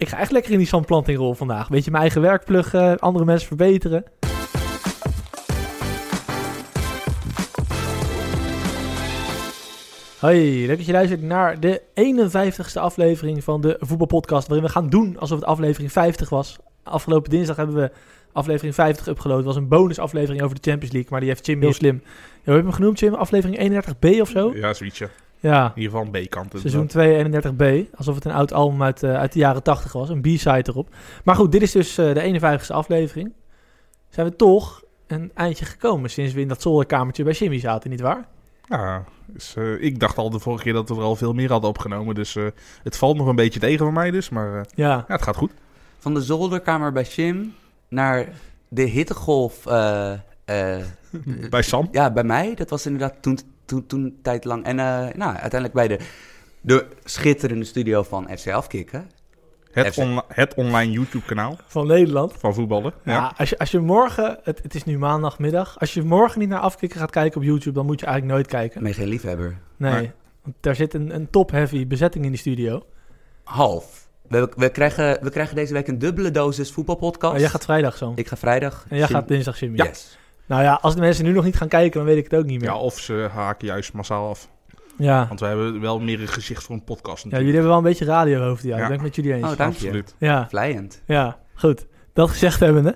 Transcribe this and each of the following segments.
Ik ga echt lekker in die zandplantingrol vandaag. Beetje mijn eigen werk pluggen, andere mensen verbeteren. Hoi, leuk dat je luistert naar de 51ste aflevering van de voetbalpodcast, waarin we gaan doen alsof het aflevering 50 was. Afgelopen dinsdag hebben we aflevering 50 upgeload. Het was een bonusaflevering over de Champions League, maar die heeft Jim heel slim. Ja, hoe heb je hem genoemd, Jim? Aflevering 31B of zo? Ja, zoiets. Ja. In ieder geval een B-kant. Seizoen 2, 31B. Alsof het een oud album uit de jaren 80 was. Een B-side erop. Maar goed, dit is dus de 51ste aflevering. Zijn we toch een eindje gekomen sinds we in dat zolderkamertje bij Jimmy zaten, nietwaar? Ja, dus, ik dacht al de vorige keer dat we er al veel meer hadden opgenomen. Dus het valt nog een beetje tegen van mij dus. Maar ja, het gaat goed. Van de zolderkamer bij Jim naar de hittegolf. Bij Sam? Ja, bij mij. Dat was inderdaad toen tijd lang. En uiteindelijk bij de schitterende studio van FC Afkikken. Het online YouTube-kanaal. Van Nederland. Van voetballen. Ja, als je morgen, het is nu maandagmiddag, als je morgen niet naar Afkikken gaat kijken op YouTube, dan moet je eigenlijk nooit kijken. Ben je geen liefhebber? Nee, want daar zit een top-heavy bezetting in die studio. Half. We krijgen deze week een dubbele dosis voetbalpodcast. Oh, jij gaat vrijdag zo. Ik ga vrijdag. En jij gaat dinsdag Jimmy. Ja. Yes. Nou ja, als de mensen nu nog niet gaan kijken, dan weet ik het ook niet meer. Ja, of ze haken juist massaal af. Ja. Want we hebben wel meer een gezicht voor een podcast natuurlijk. Ja, jullie hebben wel een beetje radiohoofd. Ja, ik ben het met jullie eens. Oh, dank je. Absoluut. Ja. Vlijend. Ja, goed. Dat gezegd hebbende.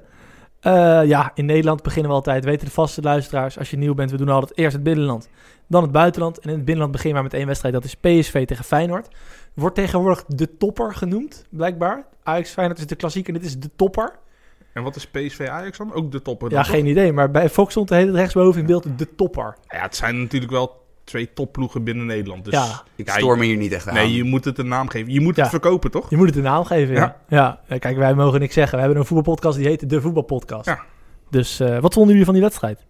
In Nederland beginnen we altijd, weten de vaste luisteraars, als je nieuw bent, we doen altijd eerst het binnenland, dan het buitenland. En in het binnenland beginnen we met één wedstrijd, dat is PSV tegen Feyenoord. Wordt tegenwoordig de topper genoemd, blijkbaar. Ajax Feyenoord is de klassieker en dit is de topper. En wat is PSV Ajax dan? Ook de topper? Ja, geen idee, maar bij Fox stond de hele rechtsboven in beeld de topper. Ja, het zijn natuurlijk wel 2 topploegen binnen Nederland. Dus ja. Ik stoor me hier niet echt aan. Nee, je moet het een naam geven. Je moet het verkopen, toch? Je moet het een naam geven, ja. Kijk, wij mogen niks zeggen. We hebben een voetbalpodcast die heet De Voetbalpodcast. Ja. Dus wat vonden jullie van die wedstrijd?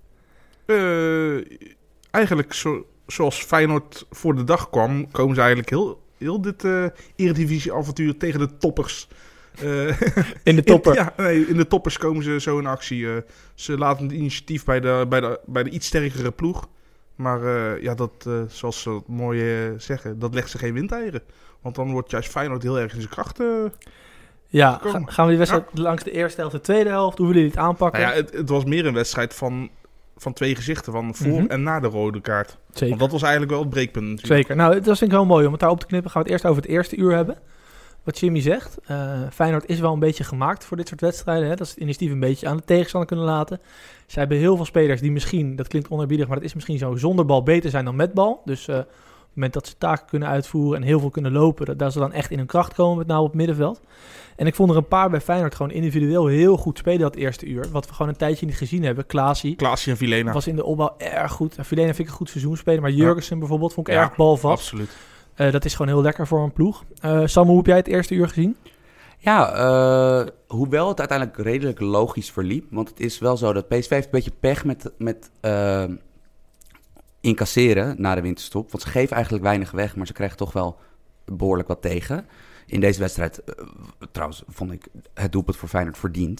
Eigenlijk zoals Feyenoord voor de dag kwam, komen ze eigenlijk heel dit Eredivisie-avontuur tegen de toppers. In de topper? In de toppers komen ze zo in actie. Ze laten het initiatief bij de iets sterkere ploeg. Maar zoals ze het mooi zeggen, dat legt ze geen windeieren. Want dan wordt juist Feyenoord heel erg in zijn kracht gaan we die wedstrijd langs de eerste helft, de tweede helft? Hoe willen jullie het aanpakken? Nou ja, het was meer een wedstrijd van 2 gezichten, van voor en na de rode kaart. Zeker. Want dat was eigenlijk wel het breekpunt natuurlijk. Zeker. Nou, dat vind ik wel mooi om het daarop te knippen. Gaan we het eerst over het eerste uur hebben. Wat Jimmy zegt, Feyenoord is wel een beetje gemaakt voor dit soort wedstrijden. Hè? Dat is het initiatief een beetje aan de tegenstander kunnen laten. Ze hebben heel veel spelers die misschien, dat klinkt oneerbiedig, maar dat is misschien zo, zonder bal beter zijn dan met bal. Dus op het moment dat ze taken kunnen uitvoeren en heel veel kunnen lopen, dat ze dan echt in hun kracht komen met nou op het middenveld. En ik vond er een paar bij Feyenoord gewoon individueel heel goed spelen dat eerste uur. Wat we gewoon een tijdje niet gezien hebben. Klaasie en Vilena. Was in de opbouw erg goed. Vilena vind ik een goed seizoen spelen, maar Jurgensen bijvoorbeeld vond ik erg balvast. Absoluut. Dat is gewoon heel lekker voor een ploeg. Sam, hoe heb jij het eerste uur gezien? Ja, hoewel het uiteindelijk redelijk logisch verliep. Want het is wel zo dat PSV heeft een beetje pech met incasseren na de winterstop. Want ze geven eigenlijk weinig weg, maar ze krijgen toch wel behoorlijk wat tegen. In deze wedstrijd, trouwens, vond ik het doelpunt voor Feyenoord verdiend.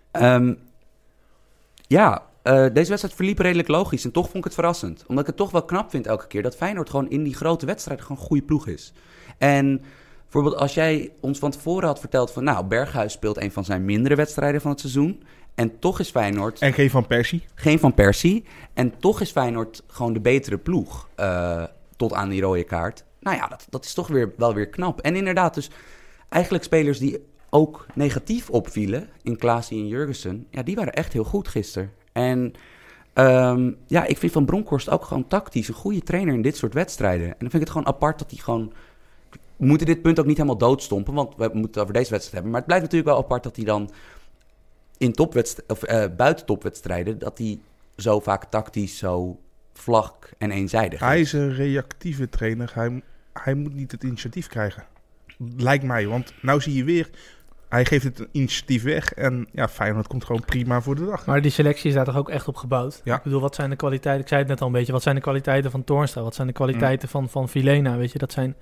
Deze wedstrijd verliep redelijk logisch en toch vond ik het verrassend. Omdat ik het toch wel knap vind elke keer dat Feyenoord gewoon in die grote wedstrijden gewoon een goede ploeg is. En bijvoorbeeld als jij ons van tevoren had verteld van Berghuis speelt een van zijn mindere wedstrijden van het seizoen. En toch is Feyenoord... En geen Van Persie. Geen Van Persie. En toch is Feyenoord gewoon de betere ploeg tot aan die rode kaart. Nou ja, dat is toch wel weer knap. En inderdaad, dus eigenlijk spelers die ook negatief opvielen in Klaasie en Jurgensen, die waren echt heel goed gisteren. En ik vind Van Bronckhorst ook gewoon tactisch een goede trainer in dit soort wedstrijden. En dan vind ik het gewoon apart dat hij gewoon... We moeten dit punt ook niet helemaal doodstompen, want we moeten het over deze wedstrijd hebben. Maar het blijft natuurlijk wel apart dat hij dan in buiten topwedstrijden, dat hij zo vaak tactisch zo vlak en eenzijdig is. Hij is een reactieve trainer. Hij moet niet het initiatief krijgen. Lijkt mij, want nou zie je weer... Hij geeft het initiatief weg en Feyenoord komt gewoon prima voor de dag. Maar die selectie is daar toch ook echt op gebouwd? Ja. Ik bedoel, wat zijn de kwaliteiten? Ik zei het net al een beetje. Wat zijn de kwaliteiten van Toornstra? Wat zijn de kwaliteiten van Vilena? Weet je, dat zijn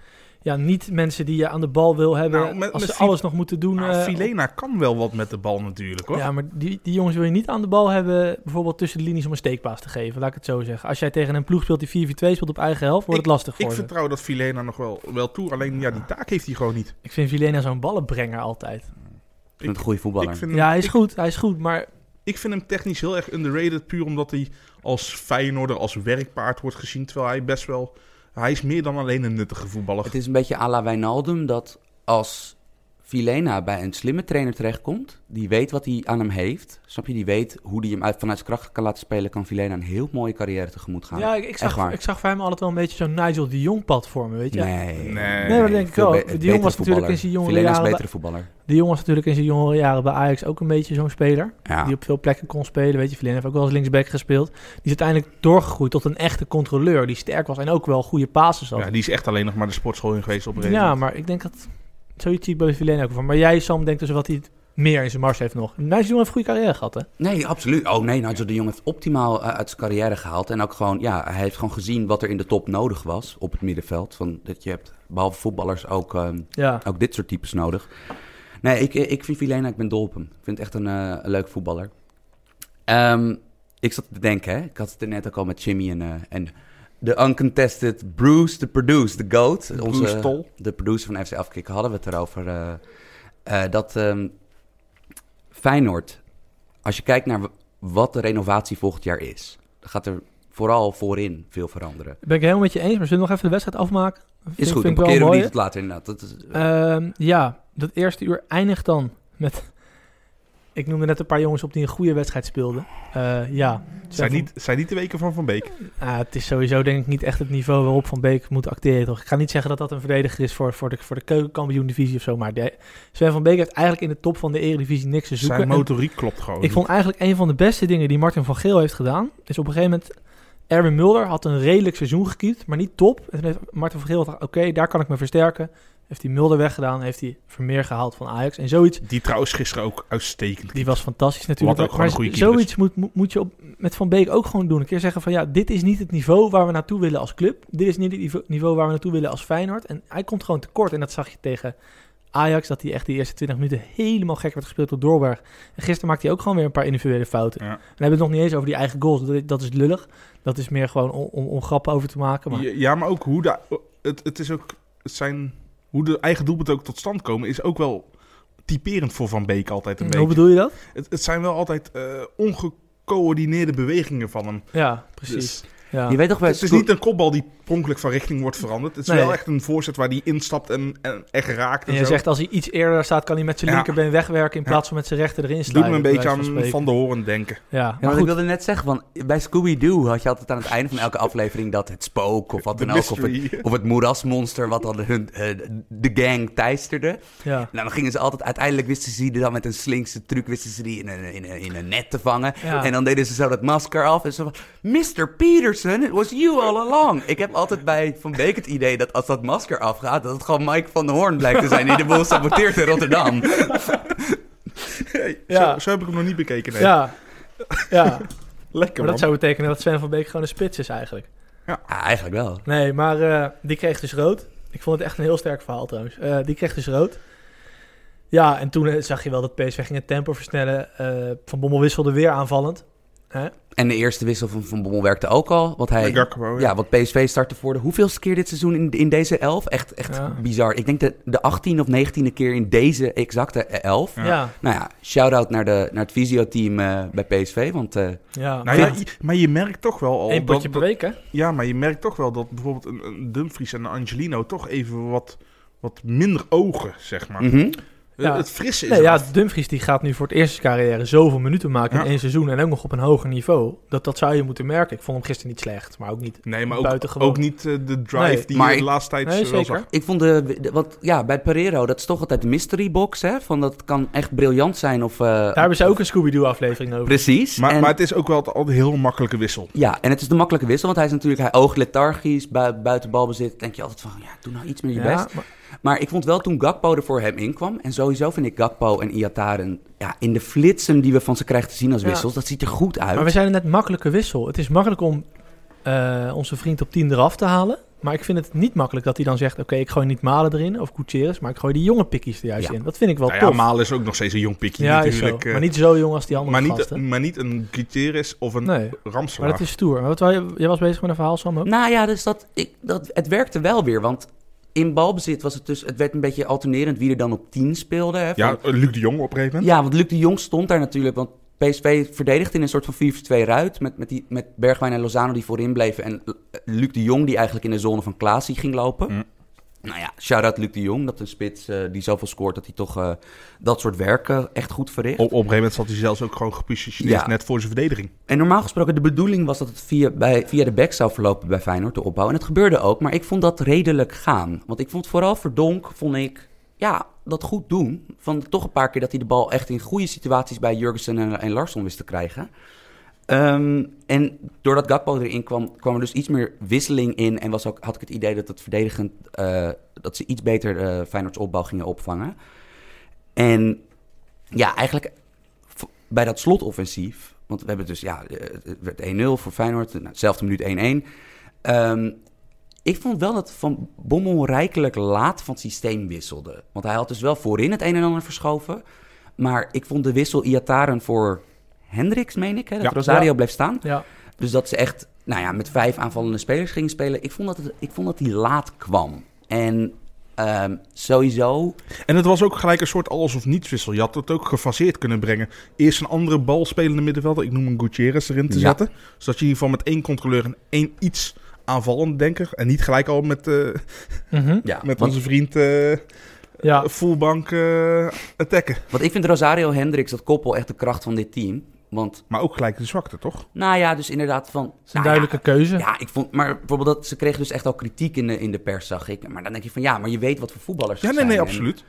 niet mensen die je aan de bal wil hebben Nou, als ze met alles nog moeten doen. Filena kan wel wat met de bal natuurlijk, hoor. Ja, maar die jongens wil je niet aan de bal hebben, bijvoorbeeld tussen de linies om een steekpaas te geven, laat ik het zo zeggen. Als jij tegen een ploeg speelt die 4-4-2 speelt op eigen helft, wordt het lastig voor Ik ze. vertrouw dat Filena nog wel toe, alleen die taak heeft hij gewoon niet. Ik vind Vilena zo'n ballenbrenger altijd. Ik vind het een goede voetballer. Ik vind Ja, hem, hij is goed, maar ik vind hem technisch heel erg underrated, puur omdat hij als Feyenoorder, als werkpaard wordt gezien, terwijl hij best wel... Hij is meer dan alleen een nuttige voetballer. Het is een beetje à la Wijnaldum dat als Vilena bij een slimme trainer terechtkomt, die weet wat hij aan hem heeft, snap je, die weet hoe hij hem vanuit zijn kracht kan laten spelen, kan Vilena een heel mooie carrière tegemoet gaan. ja, ik zag voor hem altijd wel een beetje zo'n Nigel de Jong pad vormen, weet je? Nee, Nee, dat denk ik wel. De Jong was natuurlijk in zijn jongere Vilena is een jaren... betere voetballer. De Jong was natuurlijk in zijn jongere jaren bij Ajax ook een beetje zo'n speler. Ja. Die op veel plekken kon spelen. Weet je, Vilena heeft ook wel als linksback gespeeld. Die is uiteindelijk doorgegroeid tot een echte controleur die sterk was en ook wel goede passes had. Ja, die is echt alleen nog maar de sportschool in geweest op een gegeven Ja, moment. maar ik denk dat... Zoiets zie ik bij Vilena ook van. Maar jij, Sam, denkt dus wat hij meer in zijn mars heeft nog. Nigel de Jong heeft een goede carrière gehad, hè? Nee, absoluut. Oh nee, Nigel de Jong heeft optimaal uit zijn carrière gehaald. En ook gewoon, ja, hij heeft gewoon gezien wat er in de top nodig was op het middenveld. Van, dat je hebt, behalve voetballers, ook dit soort types nodig. Nee, ik vind Vilena, ik ben dol op hem. Ik vind het echt een leuk voetballer. Ik zat te denken, hè. Ik had het er net ook al met Jimmy en de uncontested Bruce, the produce, the GOAT. Bruce Tol. De producer van FC Afkikken hadden we het erover. Dat Feyenoord, als je kijkt naar wat de renovatie volgend jaar is, dan gaat er vooral voorin veel veranderen. Ben ik helemaal met je eens, maar zullen we nog even de wedstrijd afmaken? Is goed, dan vind ik wel parkeren we mooi, die tot later inderdaad. Dat is, ja, dat eerste uur eindigt dan met... Ik noemde net een paar jongens op die een goede wedstrijd speelden. Zijn niet de weken van Beek. Het is sowieso denk ik niet echt het niveau waarop Van Beek moet acteren. Toch? Ik ga niet zeggen dat dat een verdediger is voor de keukenkampioen-divisie of zo. Maar Sven van Beek heeft eigenlijk in de top van de Eredivisie niks te zoeken. Zijn motoriek klopt gewoon. Ik vond eigenlijk een van de beste dingen die Martin van Geel heeft gedaan. Is op een gegeven moment... Erwin Mulder had een redelijk seizoen gekiept, maar niet top. En toen heeft Martin van Geel gedacht, oké, daar kan ik me versterken. Heeft hij Mulder weggedaan, heeft hij Vermeer gehaald van Ajax. En zoiets... Die trouwens gisteren ook uitstekend. Die was fantastisch natuurlijk. Wat ook gewoon een goede keeper zoiets moet je met Van Beek ook gewoon doen. Een keer zeggen van ja, dit is niet het niveau waar we naartoe willen als club. Dit is niet het niveau waar we naartoe willen als Feyenoord. En hij komt gewoon tekort. En dat zag je tegen Ajax, dat hij echt die eerste 20 minuten helemaal gek werd gespeeld door Doorberg. En gisteren maakte hij ook gewoon weer een paar individuele fouten. Ja. En we hebben het nog niet eens over die eigen goals. Dat is lullig. Dat is meer gewoon om grappen over te maken. Maar... Ja, maar ook hoe hoe de eigen doelpunten ook tot stand komen, is ook wel typerend voor Van Beek altijd een beetje. Hoe bedoel je dat? Het zijn wel altijd ongecoördineerde bewegingen van hem. Ja, precies. Dus, ja. Je weet toch wel, het is niet een kopbal die pronkelijk van richting wordt veranderd. Het is Nee. wel echt een voorzet waar hij instapt en echt raakt. En je zo. zegt als hij iets eerder staat, kan hij met zijn linkerbeen wegwerken in plaats van met zijn rechter erin Doet slaan. me een beetje aan Van der Hoorn denken. Ja, Ja, maar maar ik goed. wilde net zeggen, van, bij Scooby-Doo had je altijd aan het einde van elke aflevering dat het spook of wat De dan ook, mystery. of het moerasmonster wat dan de gang teisterde. Ja. Nou, dan gingen ze altijd, uiteindelijk wisten ze die dan met een slinkse truc, wisten ze die in een net te vangen. Ja. En dan deden ze zo dat masker af en zo van, Mr. Peterson, it was you all along. Ik heb altijd bij Van Beek het idee dat als dat masker afgaat, dat het gewoon Mike van der Hoorn blijkt te zijn die de boel saboteert in Rotterdam. Hey, Ja. zo heb ik hem nog niet bekeken. Nee. Ja. Lekker Maar man. dat zou betekenen dat Sven van Beek gewoon een spits is eigenlijk. Ja, eigenlijk wel. Nee, maar die kreeg dus rood. Ik vond het echt een heel sterk verhaal trouwens. Die kreeg dus rood. Ja, en toen zag je wel dat PSV ging het tempo versnellen. Van Bommel wisselde weer aanvallend. En de eerste wissel van Bommel werkte ook al. Want hij, Gakpo, ja, wat PSV startte voor de hoeveelste keer dit seizoen in deze 11? Echt Ja. bizar. Ik denk de 18e of 19e keer in deze exacte 11. Ja. Nou ja, shout-out naar het fysioteam bij PSV. Want Ja. Nou ja, maar je merkt toch wel al... Eén potje per week, hè? Ja, maar je merkt toch wel dat bijvoorbeeld een Dumfries en een Angelino toch even wat minder ogen, zeg maar. mhm. Ja. Het frisse is Nee, ja, eraf. Dumfries die gaat nu voor het eerst in zijn carrière zoveel minuten maken in Ja. 1 seizoen. En ook nog op een hoger niveau. Dat zou je moeten merken. Ik vond hem gisteren niet slecht, maar ook niet Nee, maar buitengewoon. ook niet de drive Nee, die maar je de laatste tijd Nee, wel zeker. zag. Ik vond want ja, bij Pereiro, dat is toch altijd de mystery box, hè? Van dat kan echt briljant zijn of... Daar hebben ze ook een Scooby-Doo aflevering over. Precies. Maar En- het is ook wel altijd een heel makkelijke wissel. Ja, en het is de makkelijke wissel, want hij oogt lethargisch, buiten balbezit. Denk je altijd van, ja, doe nou iets meer je best. Maar ik vond wel toen Gakpo er voor hem inkwam, en sowieso vind ik Gakpo en Iataren, ja, in de flitsen die we van ze krijgen te zien als Ja. wissels, dat ziet er goed uit. Maar we zeiden net makkelijke wissel. Het is makkelijk om onze vriend op 10 eraf te halen. Maar ik vind het niet makkelijk dat hij dan zegt... Oké, ik gooi niet Malen erin of Gutierrez... maar ik gooi die jonge pikkies er juist in. Dat vind ik wel tof. Malen is ook nog steeds een jong pikje natuurlijk. Maar niet zo jong als die andere gasten. Maar niet een Gutierrez of een Ramselaar. Maar dat is stoer. Jij was bezig met een verhaal, Sam, ook? Nou ja, dus het werkte wel weer. Want in balbezit was het dus... Het werd een beetje alternerend wie er dan op 10 speelde. Hè, Luc de Jong op een gegeven moment. Ja, want Luc de Jong stond daar natuurlijk... Want PSV verdedigde in een soort van 4-4-2 ruit... met Bergwijn en Lozano die voorin bleven... en Luc de Jong die eigenlijk in de zone van Klaasie ging lopen. Mm. Nou ja, shout-out Luc de Jong. Dat een spits die zoveel scoort... dat hij toch dat soort werken echt goed verricht. Op een gegeven moment zat hij zelfs ook gewoon gepositioneerd... net voor zijn verdediging. En normaal gesproken, de bedoeling was dat het via de back zou verlopen bij Feyenoord, de opbouw. En het gebeurde ook, maar ik vond dat redelijk gaan. Want ik vond vooral Verdonk, dat goed doen. Van toch een paar keer dat hij de bal echt in goede situaties bij Jurgensen en Larsson wist te krijgen. En doordat Gakpo erin kwam er dus iets meer wisseling in. En had ik het idee dat het verdedigend, dat ze iets beter Feyenoords opbouw gingen opvangen. En ja, eigenlijk bij dat slotoffensief, want we hebben dus, het werd 1-0 voor Feyenoord, hetzelfde minuut 1-1. Ik vond wel dat Van Bommel rijkelijk laat van het systeem wisselde. Want hij had dus wel voorin het een en ander verschoven. Maar ik vond de wissel Iataren voor Hendricks, meen ik, hè, dat Rosario bleef staan. Ja. Dus dat ze echt met 5 aanvallende spelers gingen spelen. Ik vond dat die laat kwam. En sowieso... En het was ook gelijk een soort alles of niets wissel. Je had het ook gefaseerd kunnen brengen. Eerst een andere balspelende middenvelder, ik noem een Gutierrez, erin te zetten. Zodat je in ieder geval met 1 controleur en 1 iets aanvallend denker. En niet gelijk al met onze vriend fullbank attacken. Want ik vind Rosario Hendricks, dat koppel, echt de kracht van dit team. Maar ook gelijk de zwakte, toch? Nou ja, dus inderdaad van... Dat is een duidelijke keuze. Ja, ik vond... Maar bijvoorbeeld ze kregen dus echt al kritiek in de pers, zag ik. Maar dan denk je van, maar je weet wat voor voetballers ze zijn. Nee, absoluut.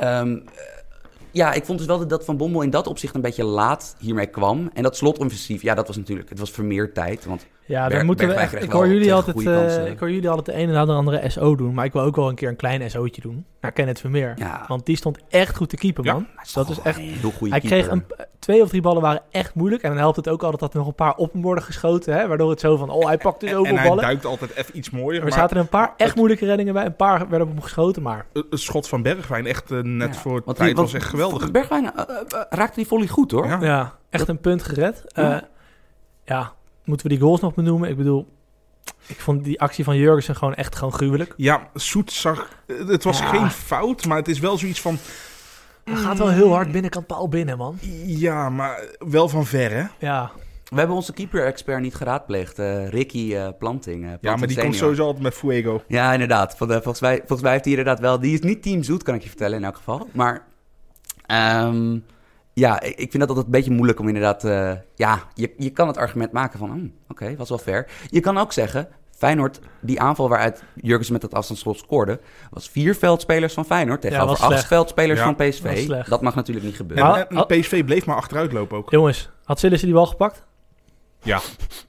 Ik vond dus wel dat Van Bommel in dat opzicht een beetje laat hiermee kwam. En dat slotoffensief, dat was natuurlijk... Het was vermeer tijd, want... Ja, dan moeten we echt... Ik hoor jullie altijd de een en de andere SO doen. Maar ik wil ook wel een keer een klein SO'tje doen. Naar Kenneth Vermeer. Ja. Want die stond echt goed te keepen, man. Dat is echt... Hij kreeg 2 of 3 ballen waren echt moeilijk. En dan helpt het ook altijd dat er nog een paar op hem worden geschoten. Hè? Waardoor het zo van, hij pakt dus zoveel ballen. En hij duikt altijd even iets mooier. Er zaten een paar echt moeilijke reddingen bij. Een paar werden op hem geschoten, maar... Het schot van Bergwijn echt net voor tijd was echt geweldig. Bergwijn raakte die volley goed, hoor. Ja, echt een punt gered. Moeten we die goals nog benoemen? Ik bedoel, ik vond die actie van Jurgensen gewoon gruwelijk. Ja, Soet zag... Het was geen fout, maar het is wel zoiets van... Hij gaat wel heel hard binnenkant paal binnen, man. Ja, maar wel van ver, hè? Ja. We hebben onze keeper-expert niet geraadpleegd. Ricky Planting. Maar die komt sowieso altijd met Fuego. Ja, inderdaad. Volgens mij heeft hij inderdaad wel... Die is niet Team Zoet, kan ik je vertellen in elk geval. Maar... ik vind dat altijd een beetje moeilijk om inderdaad... je kan het argument maken van... Oké, was wel fair. Je kan ook zeggen... Feyenoord, die aanval waaruit Jurgensen met dat afstandsschot scoorde... was 4 veldspelers van Feyenoord tegenover 8 veldspelers van PSV. Dat mag natuurlijk niet gebeuren. En PSV bleef maar achteruit lopen ook. Jongens, had Sillissen die bal gepakt? Ja.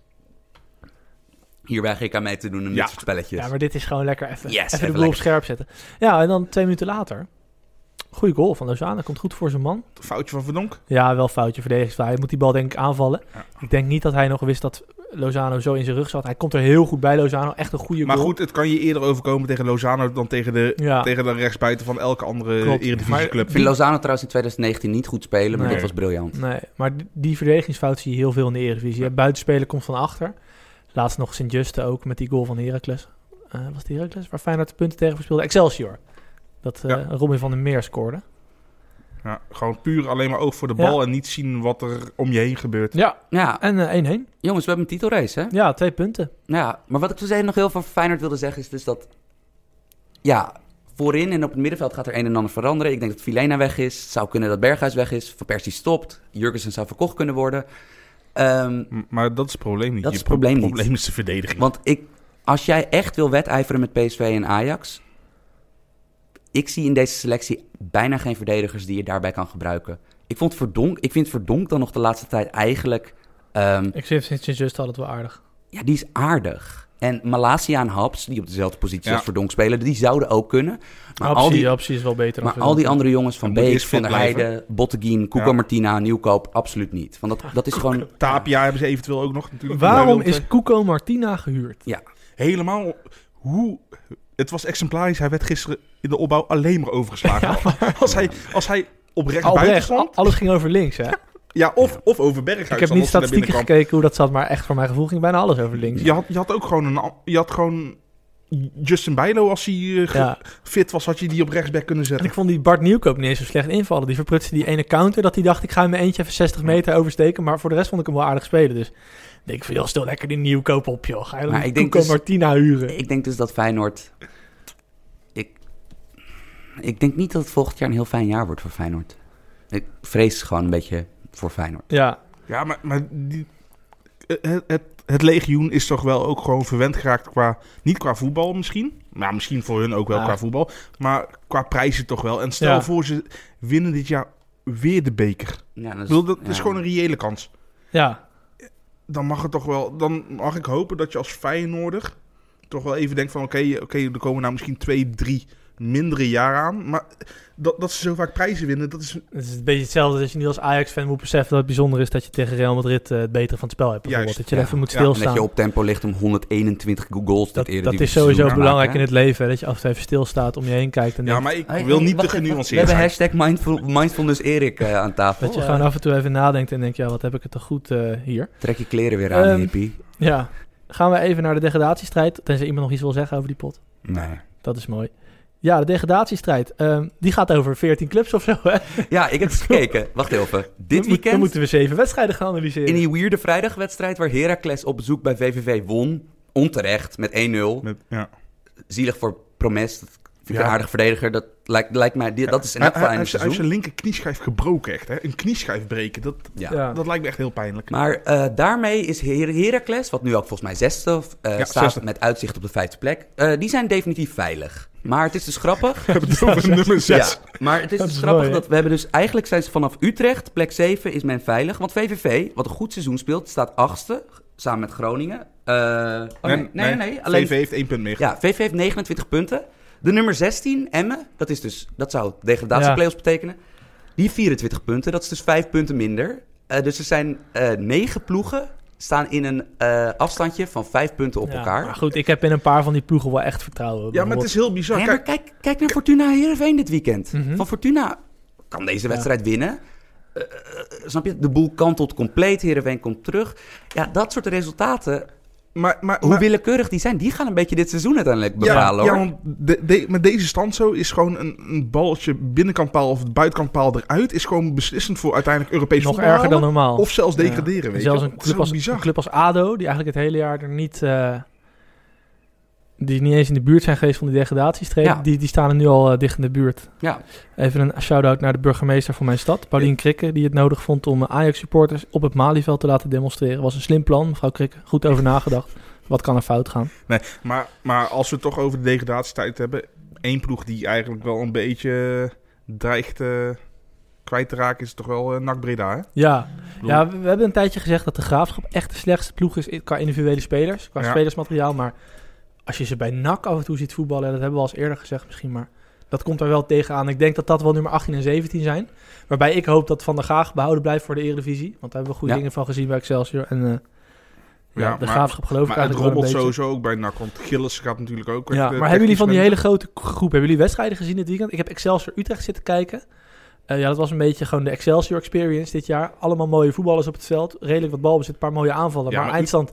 Hier weig ik aan mee te doen in dit soort spelletjes. Ja, maar dit is gewoon lekker even de boel op scherp zetten. Ja, en dan 2 minuten later... Goeie goal van Lozano, komt goed voor zijn man. Foutje van Verdonk? Ja, wel foutje, verdedigingsvrij. Hij moet die bal denk ik aanvallen. Ja. Ik denk niet dat hij nog wist dat Lozano zo in zijn rug zat. Hij komt er heel goed bij, Lozano. Echt een goede goal. Maar goed, het kan je eerder overkomen tegen Lozano dan tegen de rechtsbuiten van elke andere Eredivisieclub. Ik vind Lozano trouwens in 2019 niet goed spelen, maar dit was briljant. Nee, maar die verdedigingsfout zie je heel veel in de Eredivisie. Ja. Buitenspeler komt van achter. Laatst nog Sint-Juste ook met die goal van Heracles. Was het Heracles? Waar Feyenoord de punten tegen verspeelde? Excelsior. Dat Robin van der Meer scoorde. Ja, gewoon puur alleen maar oog voor de bal en niet zien wat er om je heen gebeurt. Ja. En 1-1. Jongens, we hebben een titelrace, hè? Ja, 2 punten. Ja, maar wat ik dus nog heel veel voor Feyenoord wilde zeggen is dus dat... Ja, voorin en op het middenveld gaat er een en ander veranderen. Ik denk dat Vilena weg is. Het zou kunnen dat Berghuis weg is. Van Persie stopt. Jurgensen zou verkocht kunnen worden. Maar dat is het probleem niet. Dat is het probleem niet. Het probleem is de verdediging. Want als jij echt wil wedijveren met PSV en Ajax... Ik zie in deze selectie bijna geen verdedigers die je daarbij kan gebruiken. Ik vind Verdonk dan nog de laatste tijd eigenlijk... ik vind Sint-Just altijd wel aardig. Ja, die is aardig. En Malasia en Haps, die op dezelfde positie als Verdonk spelen... die zouden ook kunnen. Maar Hapsie is wel beter dan Maar al die andere jongens van Beek, Van der Heijden, Botteguin, Cuco Martina, Nieuwkoop... absoluut niet. Want dat is gewoon... Tapia hebben ze eventueel ook nog natuurlijk. Waarom is Cuco Martina gehuurd? Ja. Helemaal... Het was exemplarisch. Hij werd gisteren in de opbouw alleen maar overgeslagen. Ja, Als hij op rechts buiten stond... Alles ging over links, hè? Ja, of over Berghuis. Ik heb niet statistieken gekeken hoe dat zat, maar echt voor mijn gevoel ging bijna alles over links. Je had ook gewoon Justin Bijlo, als hij fit was, had je die op rechtsback kunnen zetten. En ik vond die Bart Nieuwkoop niet eens zo slecht invallen. Die verprutste die ene counter dat hij dacht, ik ga in mijn eentje even 60 meter oversteken. Maar voor de rest vond ik hem wel aardig spelen. Dus ik denk van, joh, stel lekker die Nieuwkoop op, joh. Ga je dan Martina huren? Ik denk dus dat Feyenoord... Ik denk niet dat het volgend jaar een heel fijn jaar wordt voor Feyenoord. Ik vrees gewoon een beetje voor Feyenoord. Ja, maar het legioen is toch wel ook gewoon verwend geraakt niet qua voetbal misschien. Maar misschien voor hun ook wel qua voetbal. Maar qua prijzen toch wel. En stel voor ze winnen dit jaar weer de beker. Ja, dat is gewoon een reële kans. Ja. Dan mag het toch wel. Dan mag ik hopen dat je als Feyenoorder toch wel even denkt van oké, er komen nou misschien 2-3 mindere jaar aan. Maar dat ze zo vaak prijzen winnen, dat is... Het is een beetje hetzelfde als je nu als Ajax-fan moet beseffen dat het bijzonder is dat je tegen Real Madrid het betere van het spel hebt. Bijvoorbeeld. Dat je even moet stilstaan. En dat je op tempo ligt om 121 goals. Dat is sowieso belangrijk in het leven. Hè? Dat je af en toe even stilstaat, om je heen kijkt. En maar ik wil niet te genuanceerd zijn. We hebben hashtag Mindfulness Erik aan tafel. Dat je gewoon af en toe even nadenkt en denkt, ja, wat heb ik het toch goed hier. Trek je kleren weer aan, hippie. Ja. Gaan we even naar de degradatiestrijd. Tenzij iemand nog iets wil zeggen over die pot. Nee. Dat is mooi. Ja, de degradatiestrijd. Die gaat over 14 clubs of zo, hè? Ja, ik heb eens gekeken. Wacht even. Dit weekend... Dan moeten we 7 wedstrijden gaan analyseren. In die weirde vrijdagwedstrijd waar Heracles op bezoek bij VVV won. Onterecht, met 1-0. Zielig voor Promes. Dat vind ik een aardig verdediger. Dat lijkt mij... Dat is een heel fijn seizoen. Hij heeft zijn linker knieschijf gebroken, echt. Hè? Een knieschijf breken, dat lijkt me echt heel pijnlijk. Maar daarmee is Heracles, wat nu ook volgens mij 6e staat met uitzicht op de 5e plek. Die zijn definitief veilig. Maar het is dus grappig. We hebben het over nummer 6. Ja, maar het is dus grappig dat we hebben dus... Eigenlijk zijn ze vanaf Utrecht, plek 7, is men veilig. Want VVV, wat een goed seizoen speelt, staat 8e. Samen met Groningen. Nee. Alleen, VVV heeft 1 punt meer. Ja, VVV heeft 29 punten. De nummer 16, Emmen, dat zou degradatieplayoffs betekenen. Die heeft 24 punten, dat is dus 5 punten minder. Dus er zijn 9 ploegen... staan in een afstandje van 5 punten op elkaar. Maar goed, ik heb in een paar van die ploegen wel echt vertrouwen. Ja, maar het is heel bizar. Ja, maar kijk naar Fortuna Heerenveen dit weekend. Mm-hmm. Van Fortuna kan deze wedstrijd winnen. Snap je? De boel kantelt compleet. Heerenveen komt terug. Ja, dat soort resultaten... Maar hoe willekeurig die zijn, die gaan een beetje dit seizoen uiteindelijk bepalen, hoor. Ja, want met deze stand zo is gewoon een balletje binnenkant paal of buitenkant paal eruit... is gewoon beslissend voor uiteindelijk Europees voetbal. Nog erger dan normaal. Of zelfs degraderen, weet je. Zelfs een club als ADO, die eigenlijk het hele jaar er niet... die niet eens in de buurt zijn geweest van die degradatiestreep. Ja. Die staan er nu al dicht in de buurt. Ja. Even een shout-out naar de burgemeester van mijn stad, Paulien Krikke, die het nodig vond om Ajax-supporters op het Malieveld te laten demonstreren. Was een slim plan, mevrouw Krikke. Goed over nagedacht. Wat kan er fout gaan? Nee, maar als we het toch over de degradatiestijd hebben, 1 ploeg die eigenlijk wel een beetje dreigt kwijt te raken, is toch wel NAC Breda, hè? Ja. We hebben een tijdje gezegd dat de Graafschap echt de slechtste ploeg is qua individuele spelers, qua spelersmateriaal, maar als je ze bij NAC af en toe ziet voetballen, dat hebben we al eens eerder gezegd misschien, maar dat komt er wel tegenaan. Ik denk dat dat wel nummer 18 en 17 zijn. Waarbij ik hoop dat Van der Gaag behouden blijft voor de Eredivisie. Want daar hebben we goede dingen van gezien bij Excelsior. En de Graafschap geloof ik eigenlijk wel een beetje. Maar het rommelt sowieso ook bij NAC, want Gilles gaat natuurlijk ook... Ja, maar hebben jullie van die hele grote groep, hebben jullie wedstrijden gezien dit weekend? Ik heb Excelsior Utrecht zitten kijken. Dat was een beetje gewoon de Excelsior experience dit jaar. Allemaal mooie voetballers op het veld. Redelijk wat balbezit, een paar mooie aanvallen. Ja, maar eindstand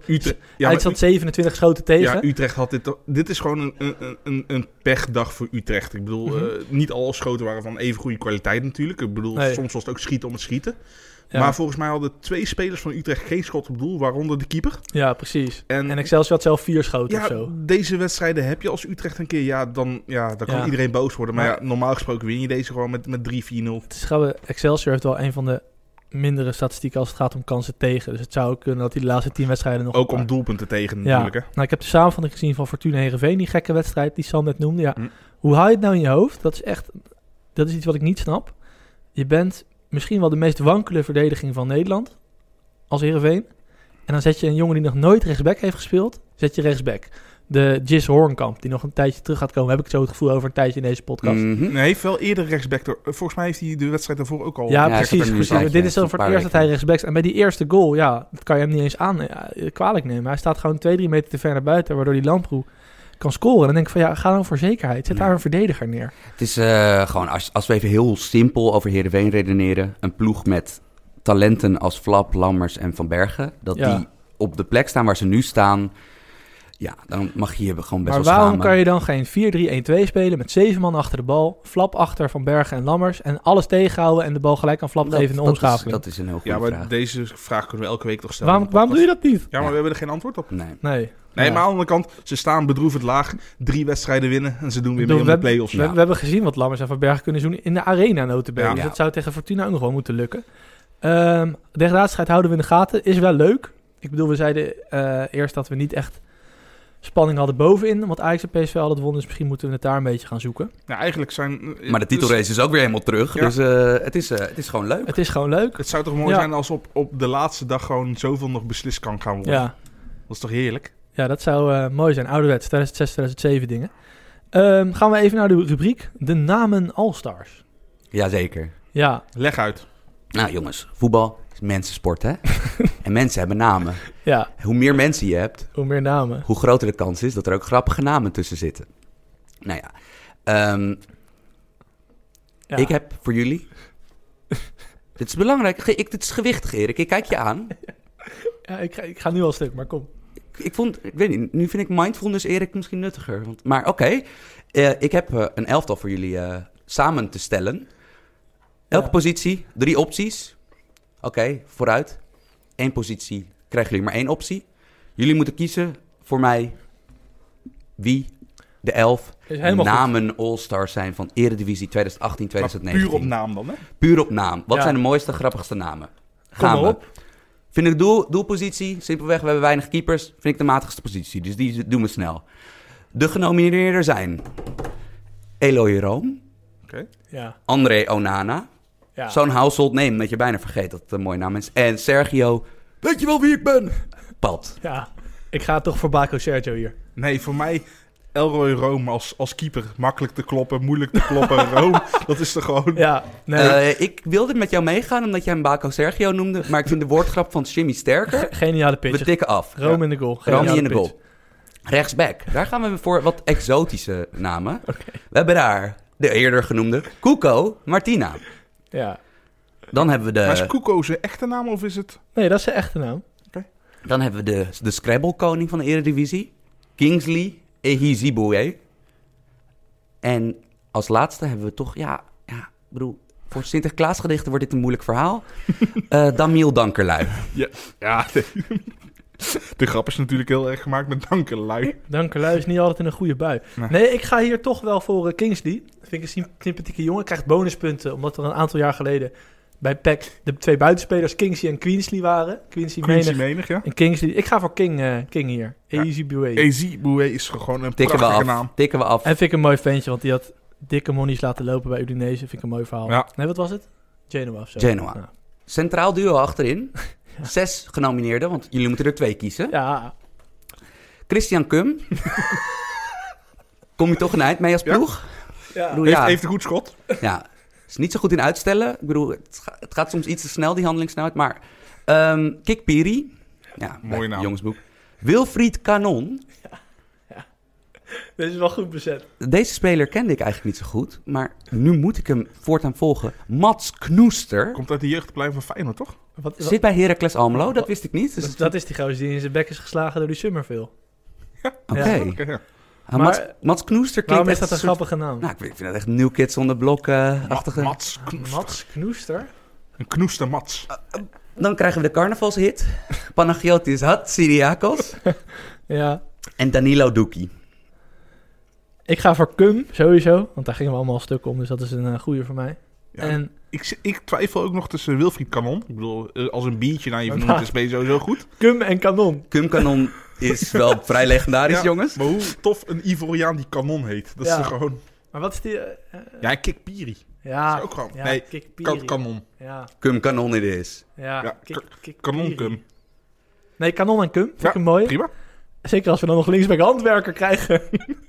27 schoten tegen. Ja, Utrecht had dit is gewoon een pechdag voor Utrecht. Ik bedoel, niet alle schoten waren van even goede kwaliteit natuurlijk. Ik bedoel, soms was het ook schieten om het schieten. Ja. Maar volgens mij hadden 2 spelers van Utrecht geen schot op doel, waaronder de keeper. Ja, precies. En Excelsior had zelf 4 schoten of zo. Deze wedstrijden heb je als Utrecht een keer. Dan kan iedereen boos worden. Maar normaal gesproken win je deze gewoon met 3-4-0. Het is Excelsior heeft wel een van de mindere statistieken als het gaat om kansen tegen. Dus het zou ook kunnen dat hij de laatste 10 wedstrijden nog... Ook om doelpunten tegen natuurlijk, hè? Nou, ik heb de samenvatting gezien van Fortuna Heerenveen, die gekke wedstrijd die Sam net noemde. Ja. Hoe haal je het nou in je hoofd? Dat is iets wat ik niet snap. Je bent misschien wel de meest wankele verdediging van Nederland als Heerenveen. En dan zet je een jongen die nog nooit rechtsback heeft gespeeld, zet je rechtsback. De Jis Hoornkamp, die nog een tijdje terug gaat komen, heb ik zo het gevoel over een tijdje in deze podcast. Mm-hmm. Nee, hij heeft wel eerder rechtsback. Volgens mij heeft hij de wedstrijd daarvoor ook al... Ja, precies. Dit is dan voor het eerst dat hij rechtsback is. En bij die eerste goal, dat kan je hem niet eens kwalijk nemen. Hij staat gewoon 2-3 meter te ver naar buiten, waardoor die Lamproe kan scoren. Dan denk ik van, ga dan voor zekerheid. Zet daar een verdediger neer. Het is gewoon, als we even heel simpel over Heerenveen redeneren, een ploeg met talenten als Flap, Lammers en Van Bergen, dat die op de plek staan waar ze nu staan, dan mag je je gewoon best wel schamen. Maar waarom kan je dan geen 4-3-1-2 spelen met 7 man achter de bal, Flap achter Van Bergen en Lammers en alles tegenhouden en de bal gelijk aan Flap geven in de omschakeling? Dat is een heel goede vraag. Deze vraag kunnen we elke week toch stellen. Waarom doe je dat niet? Ja, maar we hebben er geen antwoord op. Nee. Nee, maar aan de andere kant, ze staan bedroevend laag, 3 wedstrijden winnen en ze doen weer mee om de play-offs. We hebben gezien wat Lammers en Van Bergen kunnen doen in de arena notabene. Dus dat zou tegen Fortuna ook nog wel moeten lukken. Degradatiestrijd houden we in de gaten. Is wel leuk. Ik bedoel, we zeiden eerst dat we niet echt spanning hadden bovenin. Want Ajax en PSV hadden wonnen, dus misschien moeten we het daar een beetje gaan zoeken. Ja, eigenlijk zijn... Maar de titelrace is ook weer helemaal terug. Ja. Dus het is gewoon leuk. Het is gewoon leuk. Het zou toch mooi zijn als op de laatste dag gewoon zoveel nog beslist kan gaan worden. Ja. Dat is toch heerlijk? Ja, dat zou mooi zijn. Ouderwets, 2006, 2007 dingen. Gaan we even naar de rubriek. De namen All-Stars. Jazeker. Ja. Leg uit. Nou jongens, voetbal is mensensport, hè? En mensen hebben namen. Ja. Hoe meer mensen je hebt, hoe meer namen. Hoe groter de kans is dat er ook grappige namen tussen zitten. Nou ja. Ik heb voor jullie... Dit is belangrijk. Dit is gewichtig, Erik. Ik kijk je aan. Ja, ik ga nu al stuk, maar kom. Ik weet niet, nu vind ik mindfulness Erik misschien nuttiger. Maar oké. Ik heb een elftal voor jullie samen te stellen. Elke positie, 3 opties. Oké, vooruit. 1 positie krijgen jullie maar 1 optie. Jullie moeten kiezen voor mij wie de 11 namen All-Stars zijn van Eredivisie 2018-2019. Puur op naam dan, hè? Puur op naam. Wat zijn de mooiste, grappigste namen? Gaan we. Vind ik doelpositie, simpelweg, we hebben weinig keepers, vind ik de matigste positie. Dus die doen we snel. De genomineerden zijn Eloy Room. Okay. Ja. André Onana. Ja. Zo'n household name dat je bijna vergeet dat het een mooie naam is. En Sergio, weet je wel wie ik ben? Pat. Ja, ik ga toch voor Baco Sergio hier. Nee, voor mij Elroy Room als keeper. Makkelijk te kloppen, moeilijk te kloppen. Room, dat is toch gewoon... Ja, nee. Ik wilde met jou meegaan omdat jij hem Baco Sergio noemde. Maar ik vind de woordgrap van Jimmy sterker. Geniale pitch. We tikken af. Rome in de goal. Rome in de goal. Rechtsback. Daar gaan we voor wat exotische namen. Okay. We hebben daar de eerder genoemde Cuco Martina. Ja. Dan hebben we de... Maar is Cuco zijn echte naam of is het... Nee, dat is zijn echte naam. Okay. Dan hebben we de Scrabble-koning van de Eredivisie. Kingsley Ehiziboué. En als laatste hebben we toch... Ja, ik bedoel... Voor Sinterklaasgedichten wordt dit een moeilijk verhaal. Damiel Dankerlui. Ja, de grap is natuurlijk heel erg gemaakt met Dankerlui. Dankerlui is niet altijd in een goede bui. Nee, ik ga hier toch wel voor Kingsley. Dat vind ik een sympathieke jongen. Krijgt bonuspunten, omdat er een aantal jaar geleden bij PEC de 2 buitenspelers Kingsley en Queensley waren. Queensley menig, ja. En Kingsley. Ik ga voor King hier. Ehiziboué. Ehiziboué is gewoon een prachtige naam. Tikken we af. En vind ik een mooi ventje, want die had dikke monies laten lopen bij Udinese. Vind ik een mooi verhaal. Ja. Nee, wat was het? Genoa of zo. Genoa. Ja. Centraal duo achterin. 6 genomineerden, want jullie moeten er 2 kiezen. Ja. Christian Cum. Kom je toch een eind mee als ploeg? Ja. Heeft een goed schot. Ja. Is niet zo goed in uitstellen. Ik bedoel, het gaat soms iets te snel, die handelingssnelheid. Maar Kik Piri. Ja, mooie naam. Jongensboek. Wilfried Kanon. Ja. Dit is wel goed bezet. Deze speler kende ik eigenlijk niet zo goed. Maar nu moet ik hem voortaan volgen. Mats Knoester. Komt uit de jeugdplein van Feyenoord, toch? Wat? Zit bij Heracles Almelo, dat wist ik niet. Dus dat is die gozer die in zijn bek is geslagen door die Summerville. Oké. Maar Mats Knoester klinkt... Waarom is dat een grappige naam? Nou, ik vind dat echt New Kids on the Block-achtige... Mats Knoester? Een Knoester Mats. Dan krijgen we de carnavalshit. Panagiotis Hatziriakos. Ja. En Danilo Duki. Ik ga voor Cum, sowieso. Want daar gingen we allemaal stukken om, dus dat is een goeie voor mij. Ja, en ik twijfel ook nog tussen Wilfried Kanon. Ik bedoel, als een biertje naar je vernoemd is, ben je sowieso goed. Cum en Kanon. Cum Kanon is wel vrij legendarisch, jongens. Maar hoe tof een Ivoriaan die Kanon heet. Dat is er gewoon... Maar wat is die... Kik Piri. Ja. Dat is ook gewoon... nee, Kanon. Ja. Cum Kanon it is. Ja, Kanon Cum. Nee, Kanon en Cum. Vind ik hem mooi. Prima. Zeker als we dan nog linksback handwerker krijgen.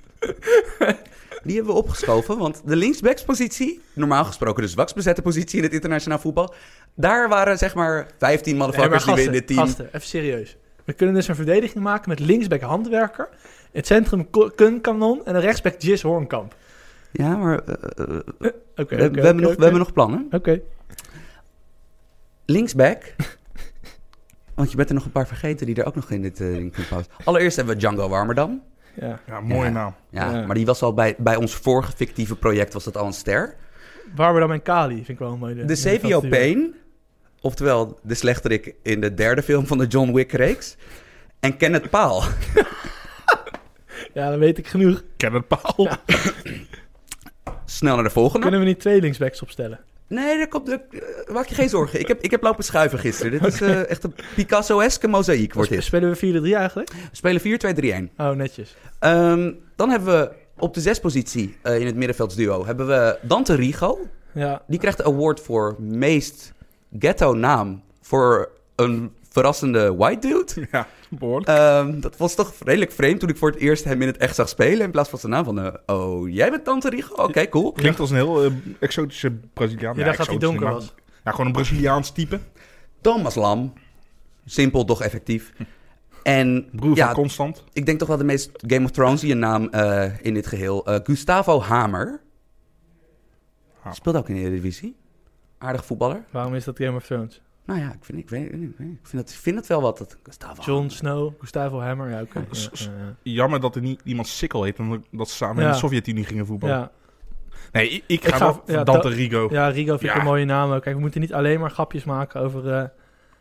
Die hebben we opgeschoven, want de linksbackspositie, normaal gesproken de zwakst bezette positie in het internationaal voetbal, daar waren zeg maar 15 motherfuckers die we in dit team... Gasten, even serieus. We kunnen dus een verdediging maken met linksback handwerker het centrum Kun Kanon en de rechtsback Jis Hoornkamp. Ja, maar Oké. we hebben nog plannen. Oké. Linksback. Want je bent er nog een paar vergeten die er ook nog in dit ding kunnen passen. Allereerst hebben we Django Warmerdam. Ja. Ja, mooie Ja. naam. Ja, Ja. maar die was al bij ons vorige fictieve project was dat al een ster. Warmerdam en Kali vind ik wel een mooie. De Savio Payne, oftewel de slechterik in de derde film van de John Wick-reeks. En Kenneth Paal. Ja, dan weet ik genoeg. Ken het paal. Ja. Snel naar de volgende. Kunnen we niet 2 linksbacks opstellen? Nee, maak je geen zorgen. Ik heb lopen schuiven gisteren. Dit is echt een Picasso-eske mozaïek wordt dit. Spelen we 4-3 eigenlijk? We spelen 4-2-3-1. Oh, netjes. Dan hebben we op de 6-positie in het middenveldsduo hebben we Dante Rigo. Ja. Die krijgt de award voor meest ghetto naam voor een verrassende white dude. Ja, behoorlijk. Dat was toch redelijk vreemd toen ik voor het eerst hem in het echt zag spelen. In plaats van zijn naam van, oh, jij bent Dante Rigo? Oké, cool. Klinkt als een heel exotische Braziliaan. Je dacht dat hij exotisch, donker maar- was. Ja, gewoon een Braziliaans type. Thomas Lam. Simpel, doch effectief. En Broer ja, van Constant. ik denk toch wel de meest Game of Thrones naam in dit geheel. Gustavo Hamer. Hamer. Speelt ook in de Eredivisie. Aardig voetballer. Waarom is dat Game of Thrones? Nou ja, ik vind het wel wat. Dat Gustavo John Hamer. Snow, Gustavo Hammer. Ja, oké. Jammer dat er niet iemand Sikkel heet en dat ze samen in Ja. de Sovjet-Unie gingen voetballen. Ja. Nee, ik ga wel voor ja, Dante Rigo. Ja, Rigo vind ik Ja. een mooie naam ook. Kijk, we moeten niet alleen maar grapjes maken over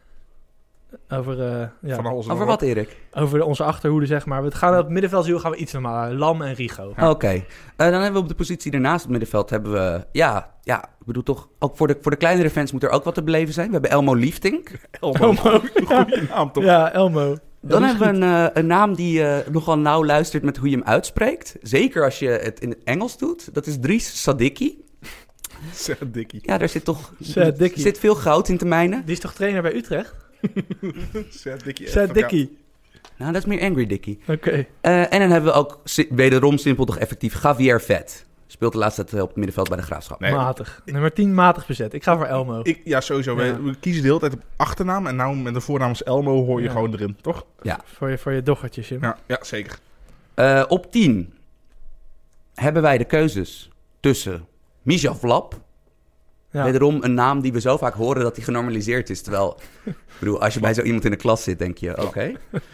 Van alles en Over nog wat, Erik? over onze achterhoede, zeg maar. We gaan op het middenveldsduo gaan we iets normaler. Lam en Rigo. Ja. Oké. Dan hebben we op de positie ernaast op het middenveld hebben we... Ja, ik bedoel toch... Ook voor de kleinere fans moet er ook wat te beleven zijn. We hebben Elmo Liefdink. Elmo. Goeie naam, toch? Ja, Elmo. Dan Ja, die is hebben we een naam die nogal nauw luistert met hoe je hem uitspreekt. Zeker als je het in het Engels doet. Dat is Dries Sadiki. Zeg dikkie. Ja, daar zit toch... Sadiki. Er zit veel goud in te mijnen. Die is toch trainer bij Utrecht? Zeg dikkie. Sadiki. Nou, dat is meer Angry Dickie. Oké. En dan hebben we ook wederom simpel toch effectief Javier Vet. Speelt de laatste tijd op het middenveld bij de Graafschap. Nee, Matig. Nummer 10 matig bezet. Ik ga voor Elmo. Ja, sowieso. Ja. We kiezen de hele tijd op achternaam. En nou met de voornaam als Elmo hoor je Ja. gewoon erin, toch? Voor je dochtertjes, Jim. Ja, zeker. Op 10 hebben wij de keuzes tussen Michel Vlap. Ja. Wederom een naam die we zo vaak horen dat die genormaliseerd is. Terwijl, ik bedoel, als je bij zo iemand in de klas zit, denk je, oké.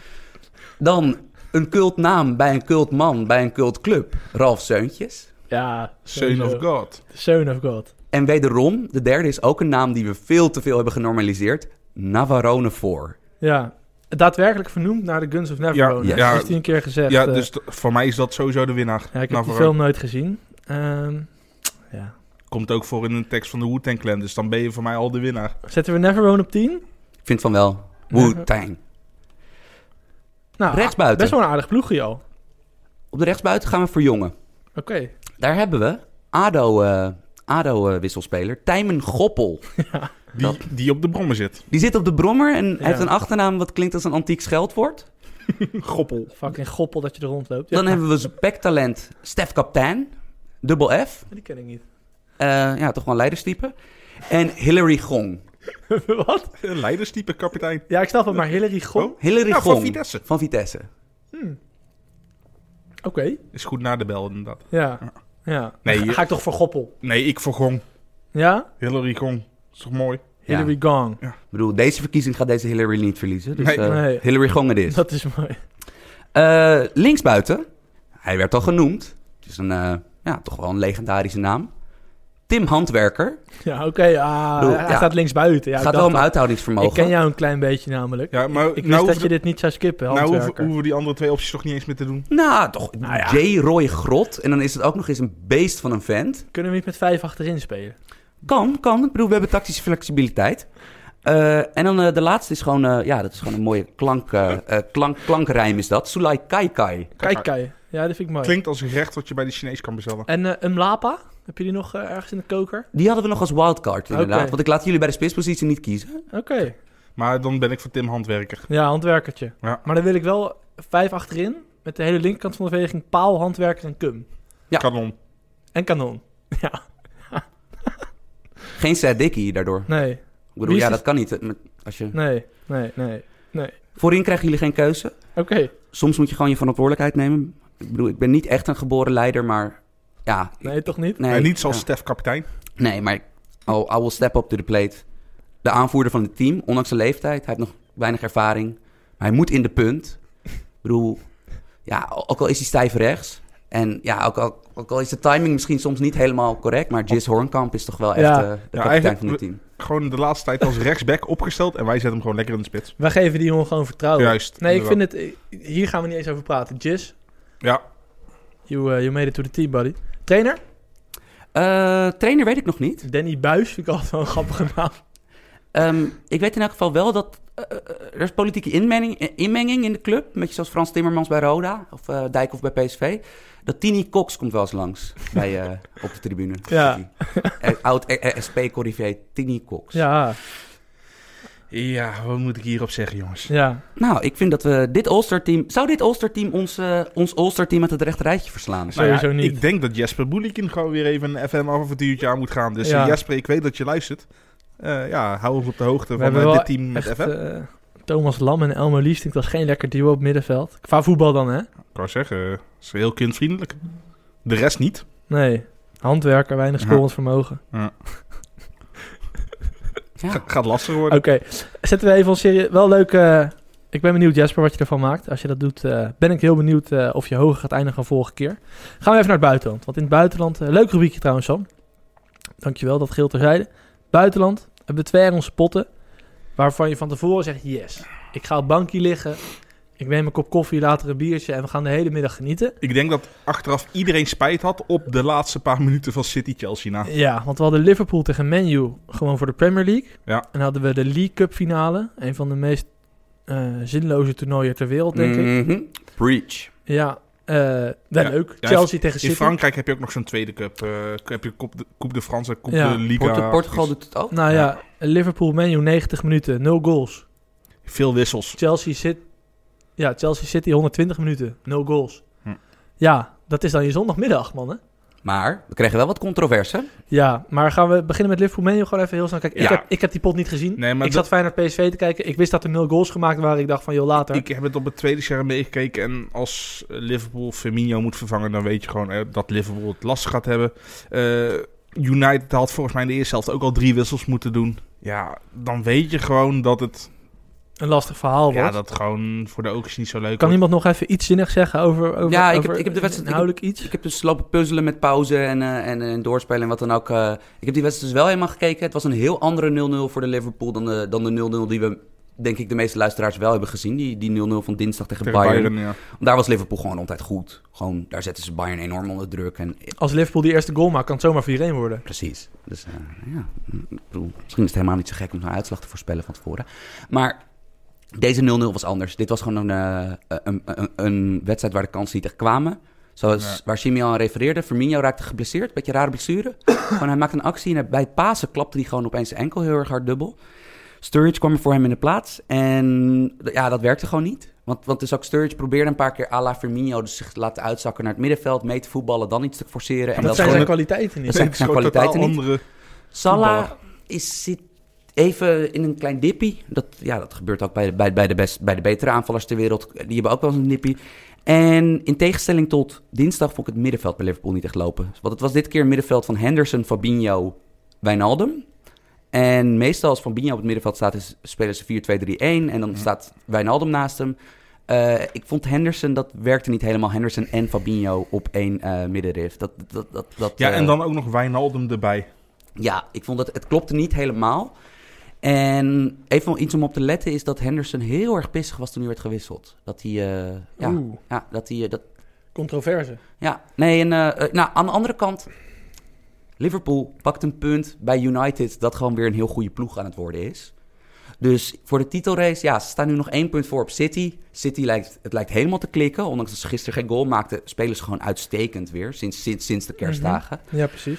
Dan een cultnaam bij een cultman, bij een cultclub. Ralf Seuntjes. Ja, Son of sowieso. God. Son of God. En wederom, de derde is ook een naam die we veel te veel hebben genormaliseerd. Navarone voor. Ja. Daadwerkelijk vernoemd naar de Guns of Navarone. Ja, Dat ja. heeft hij een keer gezegd. Ja, dus voor mij is dat sowieso de winnaar. Ja, ik heb Nou, die voor- film nooit gezien. Ja. Komt ook voor in een tekst van de Wu-Tang Clan. Dus dan ben je voor mij al de winnaar. Zetten we Navarone op 10? Ik vind van wel. Wu-Tang. Nou, Rechtsbuiten. best wel een aardig ploegje al. Op de rechtsbuiten gaan we verjongen. Oké. Daar hebben we ADO-wisselspeler Tijmen Goppel. Die op de brommen zit. Die zit op de brommer en Ja. heeft een achternaam wat klinkt als een antiek scheldwoord. Goppel. Fucking goppel dat je er rondloopt. Ja. Dan hebben we spektalent Stef Kaptein, dubbel F. Die ken ik niet. Ja, toch wel een leiderstype. En Hillary Gong. Wat? Een leiderstype kapitein. Ja, ik snap het, maar Hillary Gong. Oh. Hillary Ja, van Gong. Vitesse. Van Vitesse. Oké. Is goed na de bel, inderdaad. Ja. Ja. Nee, Dan ga ik toch voor goppel. Nee, ik voor Gong. Ja? Hillary Gong. Is toch mooi? Ja. Hillary Gong. Ik bedoel, deze verkiezing gaat deze Hillary niet verliezen. Dus Nee. Nee. Hillary Gong het is. Dat is mooi. Linksbuiten. Hij werd al genoemd. Het is toch wel een legendarische naam. Tim Handwerker. Ja, oké. Bedoel, Hij ja. staat linksbuiten. Ja, Het ik gaat wel dacht om al. uithoudingsvermogen. Ik ken jou een klein beetje namelijk. Ja, maar Ik wist nou dat je dit niet zou skippen, Nou handwerker. hoeven we die andere twee opties toch niet eens meer te doen. Nou, toch. Nou ja. J. Roy Grot. En dan is het ook nog eens een beest van een vent. Kunnen we niet met 5 achterin spelen? Kan. Ik bedoel, we hebben tactische flexibiliteit. En dan de laatste is gewoon... dat is gewoon een mooie klankrijm is dat. Sulai Kai Kai. Kijk. Ja, dat vind ik mooi. Klinkt als een gerecht wat je bij de Chinees kan bestellen. En Mlapa? Heb je die nog ergens in de koker? Die hadden we nog als wildcard inderdaad. Oké. Want ik laat jullie bij de spitspositie niet kiezen. Oké. Maar dan ben ik voor Tim Handwerker. Ja, handwerkertje. Ja. Maar dan wil ik wel 5 achterin. Met de hele linkerkant van de verdediging. Paal, handwerker en cum. Ja. Kanon. En kanon. Ja, Geen Sad Dickie daardoor. nee. Ik bedoel, Wie is ja, het? dat kan niet. Als je... Nee. Nee. Voorin krijgen jullie geen keuze. Oké. Soms moet je gewoon je verantwoordelijkheid nemen. Ik bedoel, ik ben niet echt een geboren leider, maar ja. Nee, toch niet? Nee, niet zoals Stef kapitein. Nee, maar I will step up to the plate. De aanvoerder van het team, ondanks zijn leeftijd. Hij heeft nog weinig ervaring. Maar hij moet in de punt. Ik bedoel, ja, ook al is hij stijf rechts. En ja, ook al is de timing misschien soms niet helemaal correct. Maar Jis Hornkamp is toch wel echt de kapitein van het team. Gewoon de laatste tijd als rechtsback opgesteld. En wij zetten hem gewoon lekker in de spits. Wij geven die jongen gewoon vertrouwen. Juist. Nee, inderdaad. ik vind het... Hier gaan we niet eens over praten. Jis, Ja. you made it to the team, buddy. Trainer? Trainer weet ik nog niet. Danny Buis, vind ik altijd wel een grappige naam. Ik weet in elk geval wel dat er is politieke inmenging in de club. Een beetje zoals Frans Timmermans bij Roda of Dijkhoff bij PSV. Dat Tini Cox komt wel eens langs op de tribune. Ja. Oud SP-corrivé Tini Cox. Ja, Ja, wat moet ik hierop zeggen, jongens? ja. Nou, ik vind dat we dit All-Star-team... Zou dit All-Star-team ons All-Star-team met het rechte rijtje verslaan? Sowieso niet. Ik denk dat Jesper Boelikin gewoon weer even een FM-avontuurtje aan moet gaan. Dus Ja. Jesper, ik weet dat je luistert. Hou ons op de hoogte We van hebben wel dit team met echt, FM. Thomas Lam en Elmo Liestink, dat is geen lekker duo op middenveld. Qua voetbal dan, hè? Ik wou zeggen, is heel kindvriendelijk. De rest niet. Nee. Handwerker, weinig Ja. scorend vermogen. Ja. Gaat lastig worden. Oké, zetten we even een serie. Wel leuk. Ik ben benieuwd, Jasper, wat je ervan maakt. Als je dat doet, ben ik heel benieuwd of je hoger gaat eindigen dan vorige keer. Gaan we even naar het buitenland. Want in het buitenland, leuk rubriekje trouwens, Sam. Dankjewel, dat geheel terzijde. Buitenland, hebben we 2 Engelse potten. Waarvan je van tevoren zegt, yes. Ik ga op bankje liggen. Ik neem een kop koffie, later een biertje. En we gaan de hele middag genieten. Ik denk dat achteraf iedereen spijt had op de laatste paar minuten van City-Chelsea na. Ja, want we hadden Liverpool tegen Man U gewoon voor de Premier League. Ja. En hadden we de League Cup finale. Een van de meest zinloze toernooien ter wereld, denk ik. Mhm. Preach. Ja, wel leuk. Ja, Chelsea tegen In City. Frankrijk heb je ook nog zo'n tweede cup. Heb je Coupe de France en Coupe Ja. de Liga. Portugal doet het ook. Nou ja, Liverpool Man U 90 minuten, 0 goals. Veel wissels. Chelsea City 120 minuten, 0 goals. Hm. Ja, dat is dan je zondagmiddag, man, hè? Maar we kregen wel wat controverse. Ja, maar gaan we beginnen met Liverpool Man U gewoon even heel snel kijken. Ja. Ik heb die pot niet gezien. Nee, maar Ik zat Feyenoord PSV te kijken. Ik wist dat er 0 goals gemaakt waren. Ik dacht van, joh, later. Ik heb het op het tweede scherm meegekeken. En als Liverpool Firmino moet vervangen, dan weet je gewoon dat Liverpool het lastig gaat hebben. United had volgens mij in de eerste helft ook al 3 wissels moeten doen. Ja, dan weet je gewoon dat het... Een lastig verhaal wordt. Ja, dat gewoon voor de oogjes niet zo leuk Kan wordt. iemand nog even iets zinnigs zeggen over Ja, ik over heb de wedstrijd- inhoudelijk iets? Ik heb dus lopen puzzelen met pauze en doorspelen en wat dan ook. Ik heb die wedstrijd dus wel helemaal gekeken. Het was een heel andere 0-0 voor de Liverpool dan de 0-0 die we, denk ik, de meeste luisteraars wel hebben gezien. Die 0-0 van dinsdag tegen Bayern. Ja. Daar was Liverpool gewoon altijd goed. Gewoon, daar zetten ze Bayern enorm onder druk. En, Als Liverpool die eerste goal maakt, kan het zomaar 4-1 worden. precies. Dus ik bedoel, misschien is het helemaal niet zo gek om zo'n uitslag te voorspellen van tevoren. Maar deze 0-0 was anders. Dit was gewoon een wedstrijd waar de kansen niet echt kwamen. Zoals waar Jimmy al aan refereerde. Firmino raakte geblesseerd. Beetje rare blessure. Gewoon, hij maakte een actie en bij het pasen klapte hij gewoon opeens zijn enkel heel erg hard dubbel. Sturridge kwam er voor hem in de plaats. En ja, dat werkte gewoon niet. Want dus ook Sturridge probeerde een paar keer à la Firmino dus zich te laten uitzakken naar het middenveld. Mee te voetballen, dan iets te forceren. En Dat is zijn gewoon zijn kwaliteiten niet. Dat zijn Het is zijn gewoon kwaliteiten totaal niet. andere... Salah zit even in een klein dippie. Dat gebeurt ook bij de betere aanvallers ter wereld. Die hebben ook wel eens een dippie. En in tegenstelling tot dinsdag vond ik het middenveld bij Liverpool niet echt lopen. Want het was dit keer een middenveld van Henderson, Fabinho, Wijnaldum. En meestal als Fabinho op het middenveld staat, spelen ze 4-2-3-1. En dan staat Wijnaldum naast hem. Ik vond Henderson, dat werkte niet helemaal. Henderson en Fabinho op één middenrif. En dan ook nog Wijnaldum erbij. Ja, ik vond het klopte niet helemaal. En even wel iets om op te letten is dat Henderson heel erg pissig was toen hij werd gewisseld. Dat hij... Controverse. Ja, nee, en aan de andere kant... Liverpool pakt een punt bij United dat gewoon weer een heel goede ploeg aan het worden is. Dus voor de titelrace, ja, ze staan nu nog 1 punt voor op City. City lijkt helemaal te klikken. Ondanks dat ze gisteren geen goal maakten, spelen ze gewoon uitstekend weer sinds de kerstdagen. Ja, precies.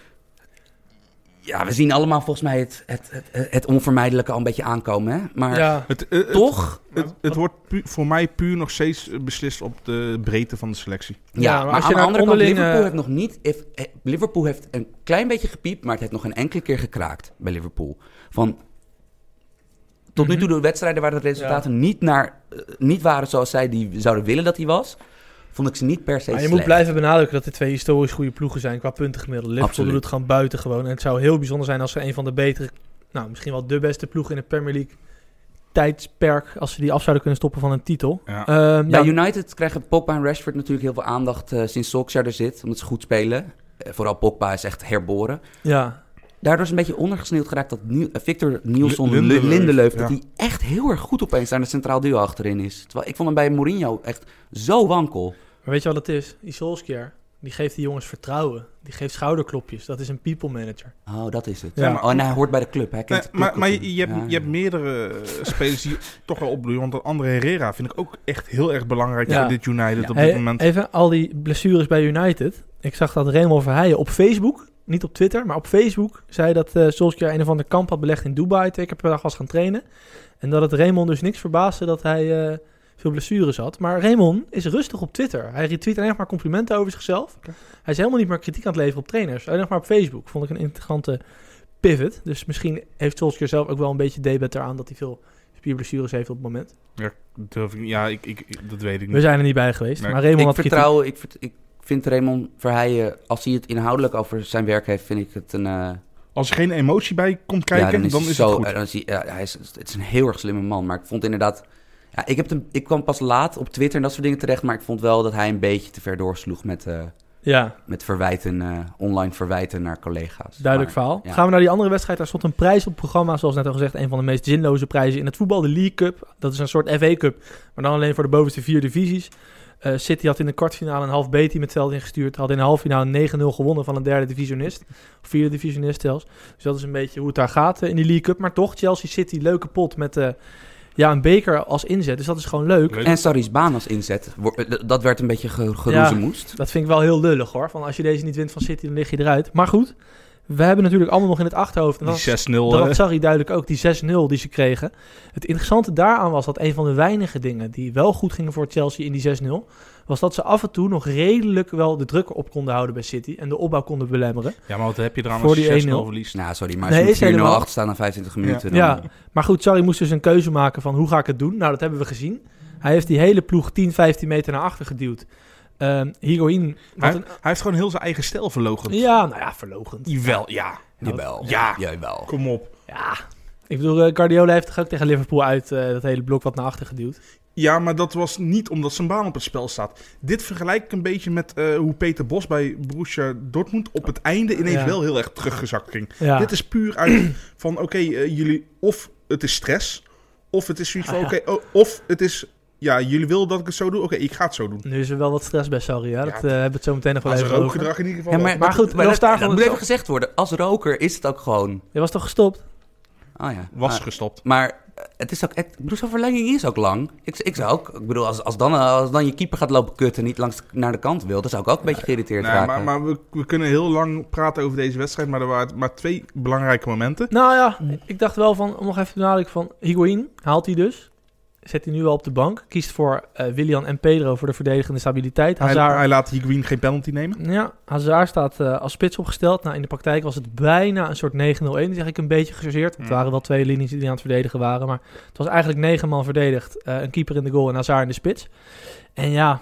Ja, we zien allemaal volgens mij het onvermijdelijke al een beetje aankomen, hè? Maar toch... Het wordt voor mij puur nog steeds beslist op de breedte van de selectie. Ja, maar aan de andere kant, Liverpool heeft een klein beetje gepiept, maar het heeft nog geen enkele keer gekraakt bij Liverpool. Tot nu toe de wedstrijden waar de resultaten niet waren zoals zij die zouden willen dat hij was, vond ik ze niet per se Maar je slecht. moet blijven benadrukken dat dit 2 historisch goede ploegen zijn qua puntengemiddelde. Liverpool Absoluut. doet het gewoon buitengewoon. En het zou heel bijzonder zijn als ze een van de betere, nou misschien wel de beste ploeg in de Premier League tijdsperk, als ze die af zouden kunnen stoppen van een titel. Ja. Bij United krijgen Pogba en Rashford natuurlijk heel veel aandacht sinds Solskjaer er zit, omdat ze goed spelen. Vooral Pogba is echt herboren. Ja. Daardoor is een beetje ondergesneeuwd geraakt dat Victor Nielsen Lindelöf, dat hij echt heel erg goed opeens daar in het centraal duo achterin is. Terwijl ik vond hem bij Mourinho echt zo wankel. Maar weet je wat het is? Die Solskjaer, die geeft die jongens vertrouwen. Die geeft schouderklopjes. Dat is een people manager. Oh, dat is het. Ja. En hij hoort bij de club. Hij kent de Maar clubcultuur. je hebt meerdere spelers die toch wel opbloeien. Want André Herrera vind ik ook echt heel erg belangrijk Ja. voor dit United op Hey, dit moment. even al die blessures bij United. Ik zag dat Raymond Verheijen op Facebook, niet op Twitter, maar op Facebook, zei dat Solskjaer een of ander kamp had belegd in Dubai 2 keer per dag was gaan trainen. En dat het Raymond dus niks verbaasde dat hij veel blessures had. Maar Raymond is rustig op Twitter. Hij retweet alleen nog maar complimenten over zichzelf. Okay. Hij is helemaal niet meer kritiek aan het leveren op trainers. Alleen nog maar op Facebook. Vond ik een interessante pivot. Dus misschien heeft Solskjaer zelf ook wel een beetje debet eraan dat hij veel spierblessures heeft op het moment. Dat weet ik We niet. zijn er niet bij geweest. Nee. Maar Raymond Ik had kritiek. vertrouw, ik vind Raymond Verheijen, als hij het inhoudelijk over zijn werk heeft, vind ik het een... Als er geen emotie bij komt kijken, dan is het goed. Het is een heel erg slimme man, maar ik vond inderdaad... Ja, ik kwam pas laat op Twitter en dat soort dingen terecht, maar ik vond wel dat hij een beetje te ver doorsloeg met verwijten, online verwijten naar collega's. Duidelijk Maar, verhaal. ja. Gaan we naar die andere wedstrijd. Daar stond een prijs op het programma. Zoals net al gezegd, een van de meest zinloze prijzen in het voetbal. De League Cup. Dat is een soort FA Cup. Maar dan alleen voor de bovenste 4 divisies. City had in de kwartfinale een half B-team het veld ingestuurd. Had in de halve finale 9-0 gewonnen van een derde divisionist. Of vierde divisionist zelfs. Dus dat is een beetje hoe het daar gaat in die League Cup. Maar toch, Chelsea City, leuke pot met een beker als inzet. Dus dat is gewoon leuk. En Sarri's baan als inzet, dat werd een beetje geroezemoest. Dat vind ik wel heel lullig hoor. Van als je deze niet wint van City, dan lig je eruit. Maar goed, we hebben natuurlijk allemaal nog in het achterhoofd. En Die 6-0. dat had Sarri duidelijk ook, die 6-0 die ze kregen. Het interessante daaraan was dat een van de weinige dingen die wel goed gingen voor Chelsea in die 6-0... was dat ze af en toe nog redelijk wel de druk op konden houden bij City en de opbouw konden belemmeren. Ja, maar wat heb je eraan Voor als die je 6-0 1-0 verliest? Nou, sorry, maar Nee, als is je 4-0 helemaal- achter staat na 25 minuten... Ja, dan... maar goed, Sarri moest dus een keuze maken van hoe ga ik het doen? Nou, dat hebben we gezien. Hij heeft die hele ploeg 10, 15 meter naar achter geduwd. Higuaín... Hij heeft gewoon heel zijn eigen stijl verloochend. Ja, nou ja, verlogend. Jawel, ja. Jawel. Ja. Jawel. Kom op. Ja, ik bedoel, Guardiola heeft toch ook tegen Liverpool uit dat hele blok wat naar achter geduwd. Ja, maar dat was niet omdat zijn baan op het spel staat. Dit vergelijk ik een beetje met hoe Peter Bos bij Borussia Dortmund op het einde ineens wel heel erg teruggezakt ging. Ja. Dit is puur uit van jullie, of het is stress, of het is zoiets van of het is, jullie willen dat ik het zo doe, ik ga het zo doen. Nu is er wel wat stress bij Sarri, hè? Dat hebben we het zo meteen nog wel Als even over. rookgedrag in ieder geval. Ja, Maar goed, maar los daarvan- dat moet even gezegd worden. Als roker is het ook gewoon... Je was toch gestopt? Oh ja. Was gestopt. Maar het is ook... Ik bedoel, zo'n verlenging is ook lang. Ik zou ook... Ik bedoel, als dan je keeper gaat lopen kutten en niet langs naar de kant wil, dan zou ik ook een beetje geïrriteerd raken. Maar we kunnen heel lang praten over deze wedstrijd, maar er waren maar 2 belangrijke momenten. Nou ja, ik dacht wel van, om nog even te nadenken van, Higuaín haalt hij dus. Zet hij nu wel op de bank. Kiest voor Willian en Pedro voor de verdedigende stabiliteit. Hij laat Higuaín geen penalty nemen. Ja, Hazard staat als spits opgesteld. Nou, in de praktijk was het bijna een soort 9-0-1. Die zeg ik een beetje gechargeerd. Het waren wel 2 linies die aan het verdedigen waren. Maar het was eigenlijk 9 man verdedigd. Een keeper in de goal en Hazard in de spits. En ja,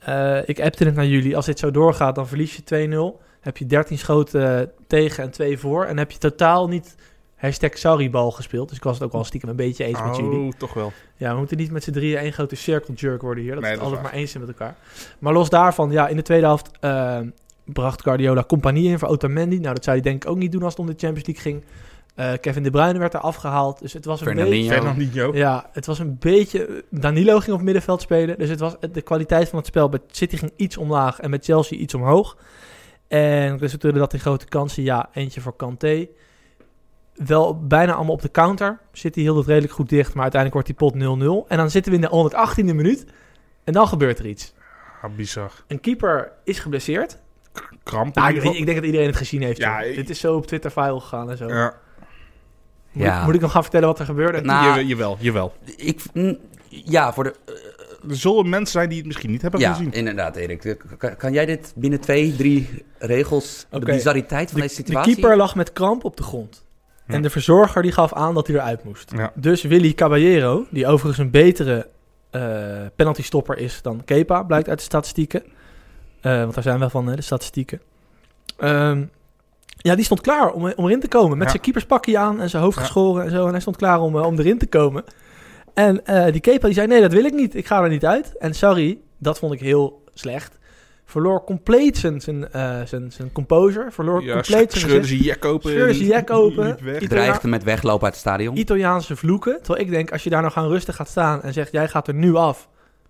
ik appte het naar jullie. Als dit zo doorgaat, dan verlies je 2-0. Heb je 13 schoten tegen en 2 voor. En heb je totaal niet... #Sarri-bal gespeeld. Dus ik was het ook wel stiekem een beetje eens met jullie. Oh, toch wel. Ja, we moeten niet met z'n drieën één grote circle jerk worden hier. Dat Nee, is dat is alles waar. maar eens zijn met elkaar. Maar los daarvan, ja, in de tweede helft bracht Guardiola compagnie in voor Otamendi. Nou, dat zou hij denk ik ook niet doen als het om de Champions League ging. Kevin De Bruyne werd er afgehaald. Dus het was een beetje... Fernandinho. Ja, het was een beetje... Danilo ging op middenveld spelen. Dus het was de kwaliteit van het spel bij City ging iets omlaag en bij Chelsea iets omhoog. En resulteerde dat in grote kansen. Ja, eentje voor Kanté. Wel bijna allemaal op de counter. City hield het redelijk goed dicht, maar uiteindelijk wordt die pot 0-0. En dan zitten we in de 118e minuut. En dan gebeurt er iets. Ja, bizar. Een keeper is geblesseerd. Kramp. Nou, in ieder ik denk dat iedereen het gezien heeft. Ja, Dit is zo op Twitter viral gegaan en zo. geval. Ja. Moet ik nog gaan vertellen wat er gebeurde? Nou, Jawel. Voor de... Er zullen mensen zijn die het misschien niet hebben Ja, gezien. inderdaad, Erik. Kan jij dit binnen 2-3 regels, de Oké. bizarriteit van deze De situatie? keeper lag met kramp op de grond. En de verzorger die gaf aan dat hij eruit moest. Ja. Dus Willy Caballero, die overigens een betere penalty-stopper is dan Kepa, blijkt uit de statistieken. Want daar zijn wel van, de statistieken. Die stond klaar om erin te komen. Met zijn keeperspakje aan en zijn hoofd geschoren en zo. En hij stond klaar om erin te komen. En die Kepa die zei, nee, dat wil ik niet. Ik ga er niet uit. En Sarri, dat vond ik heel slecht. Verloor compleet zijn composure. Scheurde zijn jek open. Dreigde met weglopen uit het stadion. Italiaanse vloeken. Terwijl ik denk, als je daar nou gaan rustig gaat staan en zegt, jij gaat er nu af.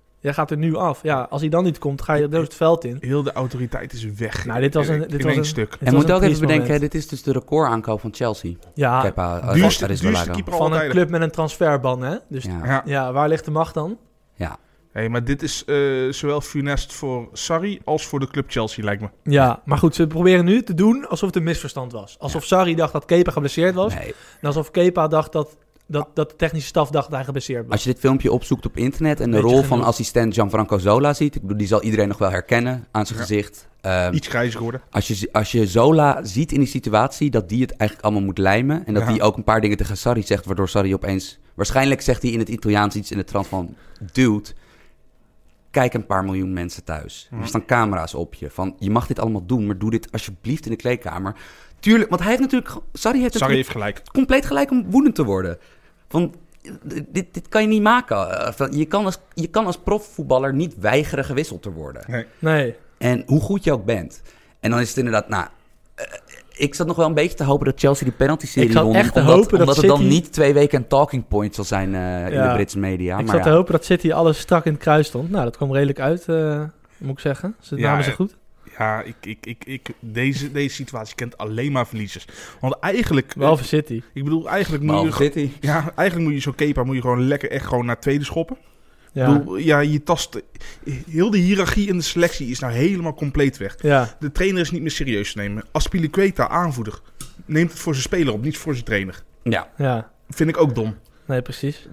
Ja, als hij dan niet komt, ga je dus het veld in. Heel de autoriteit is weg. Nou, dit was een stuk. En moet ook even bedenken, dit is dus de recordaankoop van Chelsea. Ja, Kepa, duurste keeper van een club met een transferban, hè? Dus waar ligt de macht dan? Ja. Hey, maar dit is zowel funest voor Sarri als voor de club Chelsea, lijkt me. Ja, maar goed, ze proberen nu te doen alsof het een misverstand was. Alsof Sarri dacht dat Kepa geblesseerd was. Nee. En alsof Kepa dacht dat de technische staf dacht dat hij geblesseerd was. Als je dit filmpje opzoekt op internet en de rol van assistent Gianfranco Zola ziet, ik bedoel, die zal iedereen nog wel herkennen aan zijn gezicht. Iets grijzer geworden. Als je Zola ziet in die situatie, dat die het eigenlijk allemaal moet lijmen. En dat die ook een paar dingen tegen Sarri zegt, waardoor Sarri opeens... Waarschijnlijk zegt hij in het Italiaans iets in de trant van... Dude, kijk een paar miljoen mensen thuis. Er staan camera's op je. Van, je mag dit allemaal doen, maar doe dit alsjeblieft in de kleedkamer. Tuurlijk, want hij heeft natuurlijk... Sarri heeft gelijk. Compleet gelijk om woedend te worden. Want dit kan je niet maken. Je kan als profvoetballer niet weigeren gewisseld te worden. Nee. En hoe goed je ook bent. En dan is het inderdaad... ik zat nog wel een beetje te hopen dat Chelsea die penalty-serie won. Omdat het dan niet 2 weken een talking point zal zijn in de Britse media. Ik zat te hopen dat City alles strak in het kruis stond. Nou, dat kwam redelijk uit, moet ik zeggen. Ze namen ze goed. Ja, deze situatie kent alleen maar verliezers. Want eigenlijk... Behalve City. Ik bedoel, eigenlijk moet je zo'n Kepa gewoon lekker echt gewoon naar tweede schoppen. Ja. Bedoel, je tast... Heel de hiërarchie in de selectie is nou helemaal compleet weg. Ja. De trainer is niet meer serieus te nemen. Azpilicueta, aanvoerder, neemt het voor zijn speler op, niet voor zijn trainer. Ja. Vind ik ook dom. Nee, precies.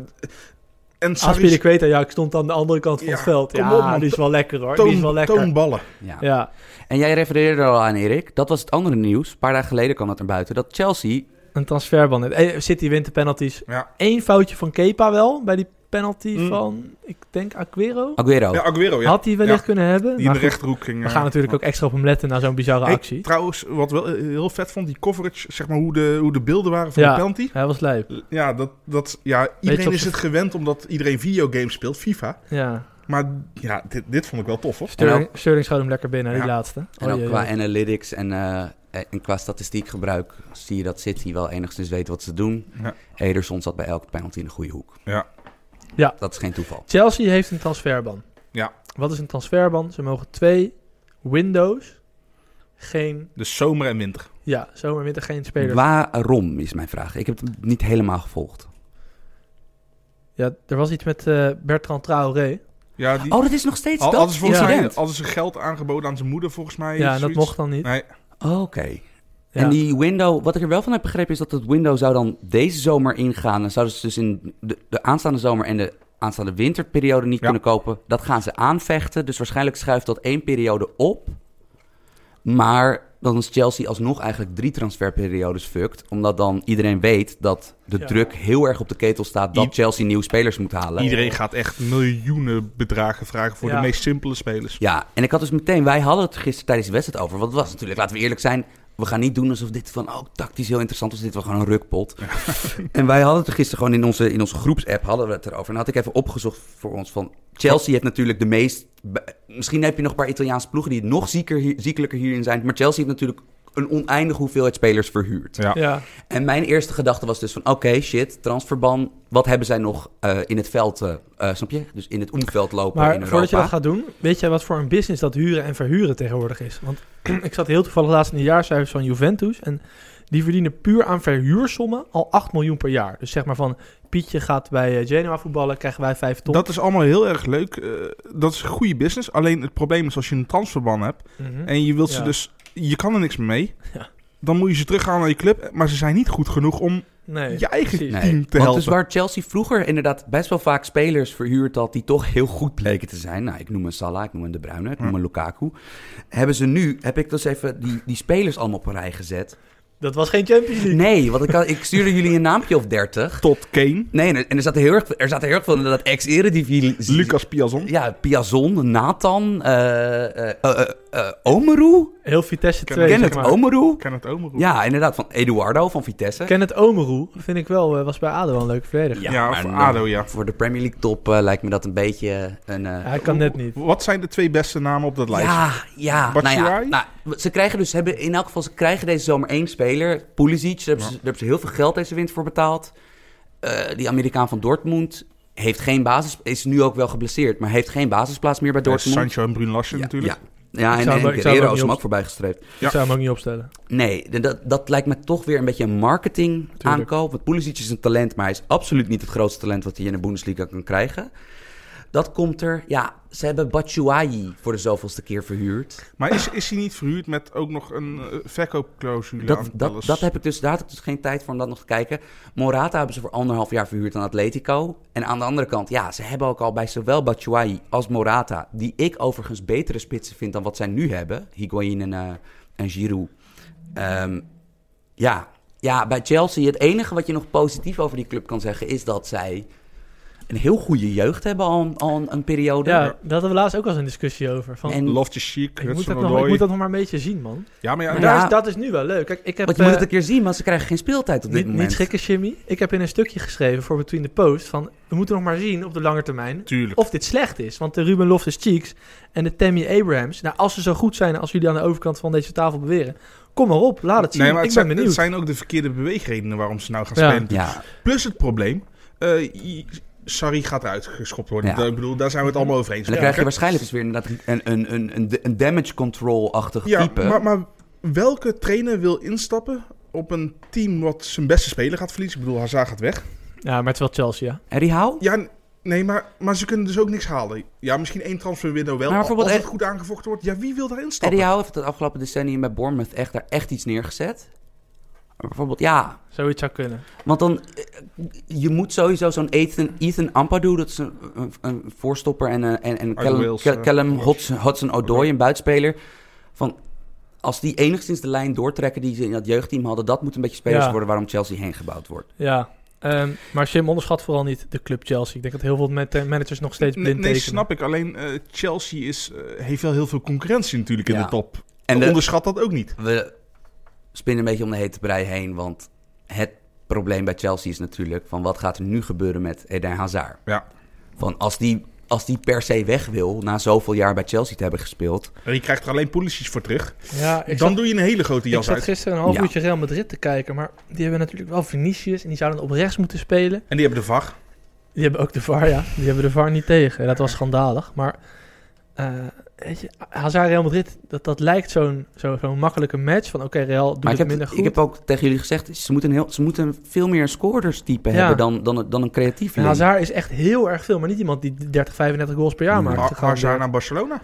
En Azpilicueta, ik stond aan de andere kant van het veld. Ja, die is wel lekker hoor. Die is wel lekker. Toonballen. Ja. En jij refereerde er al aan, Erik. Dat was het andere nieuws. Een paar dagen geleden kwam dat naar buiten. Dat Chelsea... Een transferban. City wint de penalties. Ja. 1 foutje van Kepa wel, bij die penalty van, ik denk, Aguero. Ja, Aguero, ja. Had hij wellicht kunnen hebben. Die in de rechterhoek ging. We gaan natuurlijk ook extra op hem letten na zo'n bizarre actie. Trouwens, wat wel heel vet vond, die coverage, zeg maar, hoe de beelden waren van de penalty. Ja, hij was lijp. Ja, iedereen is het gewend omdat iedereen videogames speelt, FIFA. Ja. Maar ja, dit vond ik wel tof, hoor. Sterling schoot hem lekker binnen, die laatste. En ook qua analytics en qua statistiekgebruik zie je dat City wel enigszins weet wat ze doen. Ja. Ederson zat bij elke penalty in de goede hoek. Ja. Dat is geen toeval. Chelsea heeft een transferban. Ja. Wat is een transferban? Ze mogen 2 windows, Dus zomer en winter. Ja, zomer en winter geen spelers. Waarom is mijn vraag? Ik heb het niet helemaal gevolgd. Ja, er was iets met Bertrand Traoré. Ja, dat is nog steeds dat? Hadden ze geld aangeboden aan zijn moeder, volgens mij. Ja, dat mocht dan niet. Nee. Oké. En die window, wat ik er wel van heb begrepen, is dat het window zou dan deze zomer ingaan. Dan zouden ze dus in de aanstaande zomer en de aanstaande winterperiode niet kunnen kopen. Dat gaan ze aanvechten. Dus waarschijnlijk schuift dat 1 periode op. Maar dan is Chelsea alsnog eigenlijk 3 transferperiodes fucked. Omdat dan iedereen weet dat de druk heel erg op de ketel staat dat Chelsea nieuwe spelers moet halen. Iedereen gaat echt miljoenen bedragen vragen voor de meest simpele spelers. Ja, en ik had dus meteen, wij hadden het gisteren tijdens de wedstrijd over. Want het was natuurlijk, laten we eerlijk zijn, we gaan niet doen alsof dit tactisch heel interessant was. Dit was gewoon een rukpot. Ja. En wij hadden het gisteren gewoon in onze groepsapp hadden we het erover. En dan had ik even opgezocht voor ons van... Chelsea heeft natuurlijk de meest... Misschien heb je nog een paar Italiaanse ploegen die nog ziekelijker hierin zijn. Maar Chelsea heeft natuurlijk een oneindige hoeveelheid spelers verhuurd. Ja. En mijn eerste gedachte was dus van... Oké, transferban. Wat hebben zij nog in het veld, snap je? Dus in het omveld lopen in Europa. Maar voordat je dat gaat doen... Weet jij wat voor een business dat huren en verhuren tegenwoordig is? Want ik zat heel toevallig laatst in de jaarcijfers van Juventus... En die verdienen puur aan verhuursommen al 8 miljoen per jaar. Dus zeg maar van... Pietje gaat bij Genoa voetballen, krijgen wij 5 ton. Dat is allemaal heel erg leuk. Dat is een goede business. Alleen het probleem is als je een transferban hebt... en je wilt ze dus... Je kan er niks meer mee. Ja. Dan moet je ze terughalen naar je club. Maar ze zijn niet goed genoeg om je eigen team te helpen. Dus waar Chelsea vroeger inderdaad best wel vaak spelers verhuurd had... die toch heel goed bleken te zijn. Nou, ik noem een Salah, ik noem een De Bruyne, ik noem een Lukaku. Heb ik dus even die spelers allemaal op een rij gezet... Dat was geen Champions League. Nee, want ik stuurde jullie een naampje of 30. Tot Kane. Nee, en er zaten heel erg veel dat ex-eredivisie. Lucas Piazon. Ja, Piazon, Nathan, Omeru. Heel Vitesse 2, Kenneth Omeru. Kenneth Omeru. Ja, inderdaad, van Eduardo van Vitesse. Kenneth Omeru vind ik wel, was bij ADO wel een leuke verdediger. Ja, maar voor ADO, ja. Voor de Premier League top lijkt me dat een beetje een... Hij kan net niet. Wat zijn de 2 beste namen op dat lijstje? Ja. Batshuayi? Ze krijgen dus, in elk geval, ze krijgen deze zomer 1 speler. Pulisic, daar hebben ze heel veel geld deze winter voor betaald. Die Amerikaan van Dortmund heeft geen basis, is nu ook wel geblesseerd, maar heeft geen basisplaats meer bij Dortmund. Sancho en Bruno Larsen natuurlijk. Ja, en Guerrero is hem ook voorbij gestreefd. Ja. Ik zou hem ook niet opstellen. Nee, dat lijkt me toch weer een beetje een marketing aankoop. Want Pulisic is een talent, maar hij is absoluut niet het grootste talent wat hij in de Bundesliga kan krijgen. Dat komt er. Ja, ze hebben Batshuayi voor de zoveelste keer verhuurd. Maar is hij niet verhuurd met ook nog een verkoopclausule aan alles? Daar had ik dus geen tijd voor om dat nog te kijken. Morata hebben ze voor 1,5 jaar verhuurd aan Atletico. En aan de andere kant, ja, ze hebben ook al bij zowel Batshuayi als Morata, die ik overigens betere spitsen vind dan wat zij nu hebben, Higuain en Giroud. Ja, bij Chelsea, het enige wat je nog positief over die club kan zeggen is dat zij een heel goede jeugd hebben al een periode. Ja, daar hadden we laatst ook wel eens een discussie over. Van, En Loftus-Cheek, ik moet dat nog maar een beetje zien, man. Ja, maar Ja. Dat is nu wel leuk. Kijk, ik heb, Want je moet het een keer zien, want ze krijgen geen speeltijd op dit moment. Niet schrikken, Jimmy. Ik heb in een stukje geschreven voor Between the Post van, we moeten nog maar zien op de lange termijn Tuurlijk. of dit slecht is. Want de Ruben Loftus-Cheeks en de Tammy Abrahams, nou, als ze zo goed zijn als jullie aan de overkant van deze tafel beweren, kom maar op, laat het zien. Nee, maar ik ben benieuwd. het zijn ook de verkeerde beweegredenen waarom ze nou gaan Ja. spelen. Ja, Plus het probleem, Sarri gaat eruit geschopt worden. Ja. Ik bedoel, daar zijn we het allemaal over eens. en dan krijg je waarschijnlijk dus weer inderdaad een damage control-achtig type. maar welke trainer wil instappen op een team wat zijn beste speler gaat verliezen? Ik bedoel, Hazard gaat weg. Ja, maar het is wel Chelsea, ja. Eddie Howe? Ja, nee, maar ze kunnen dus ook niks halen. Ja, misschien 1 transferwindow wel. Maar bijvoorbeeld als het goed aangevochten wordt, ja, wie wil daar instappen? Eddie Howe heeft het afgelopen decennium bij Bournemouth echt iets neergezet. Maar bijvoorbeeld, ja, Zoiets zou kunnen. want dan, je moet sowieso zo'n Ethan Ampadu, dat is een voorstopper, en Wales, Callum Hudson-Odoi, een buitenspeler. Van, als die enigszins de lijn doortrekken die ze in dat jeugdteam hadden, dat moet een beetje spelers Ja. worden waarom Chelsea heen gebouwd wordt. Ja, maar Jim, onderschat vooral niet de club Chelsea. Ik denk dat heel veel managers nog steeds blind Nee, tekenen. snap ik. Alleen Chelsea heeft wel heel veel concurrentie natuurlijk in Ja. de top. En Onderschat dat ook niet. We spinnen een beetje om de hete brei heen, want het probleem bij Chelsea is natuurlijk van wat gaat er nu gebeuren met Eden Hazard. Ja. Van als die per se weg wil, na zoveel jaar bij Chelsea te hebben gespeeld. En je krijgt er alleen Pulisic voor terug. Ja, Dan doe je een hele grote ik jas zat uit. gisteren een half Ja. uurtje Real Madrid te kijken, maar die hebben natuurlijk wel Vinicius en die zouden op rechts moeten spelen. En die hebben de VAR. Die hebben ook de VAR, ja. Die hebben de VAR niet tegen. Dat was schandalig. Maar weet je, Hazard Real Madrid, dat lijkt zo'n makkelijke match. Van oké, Real doet Maar het minder goed. ik heb ook tegen jullie gezegd, ze moeten veel meer een scoorderstype Ja. hebben dan een creatief. En Hazard is echt heel erg veel, maar niet iemand die 30, 35 goals per jaar maakt. Hazard naar Barcelona.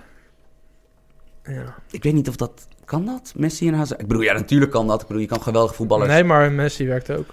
Ja. Ik weet niet of dat... Kan dat? Messi en Hazard? Ik bedoel, ja, natuurlijk kan dat. Ik bedoel, je kan geweldige voetballers... Nee, maar Messi werkt ook.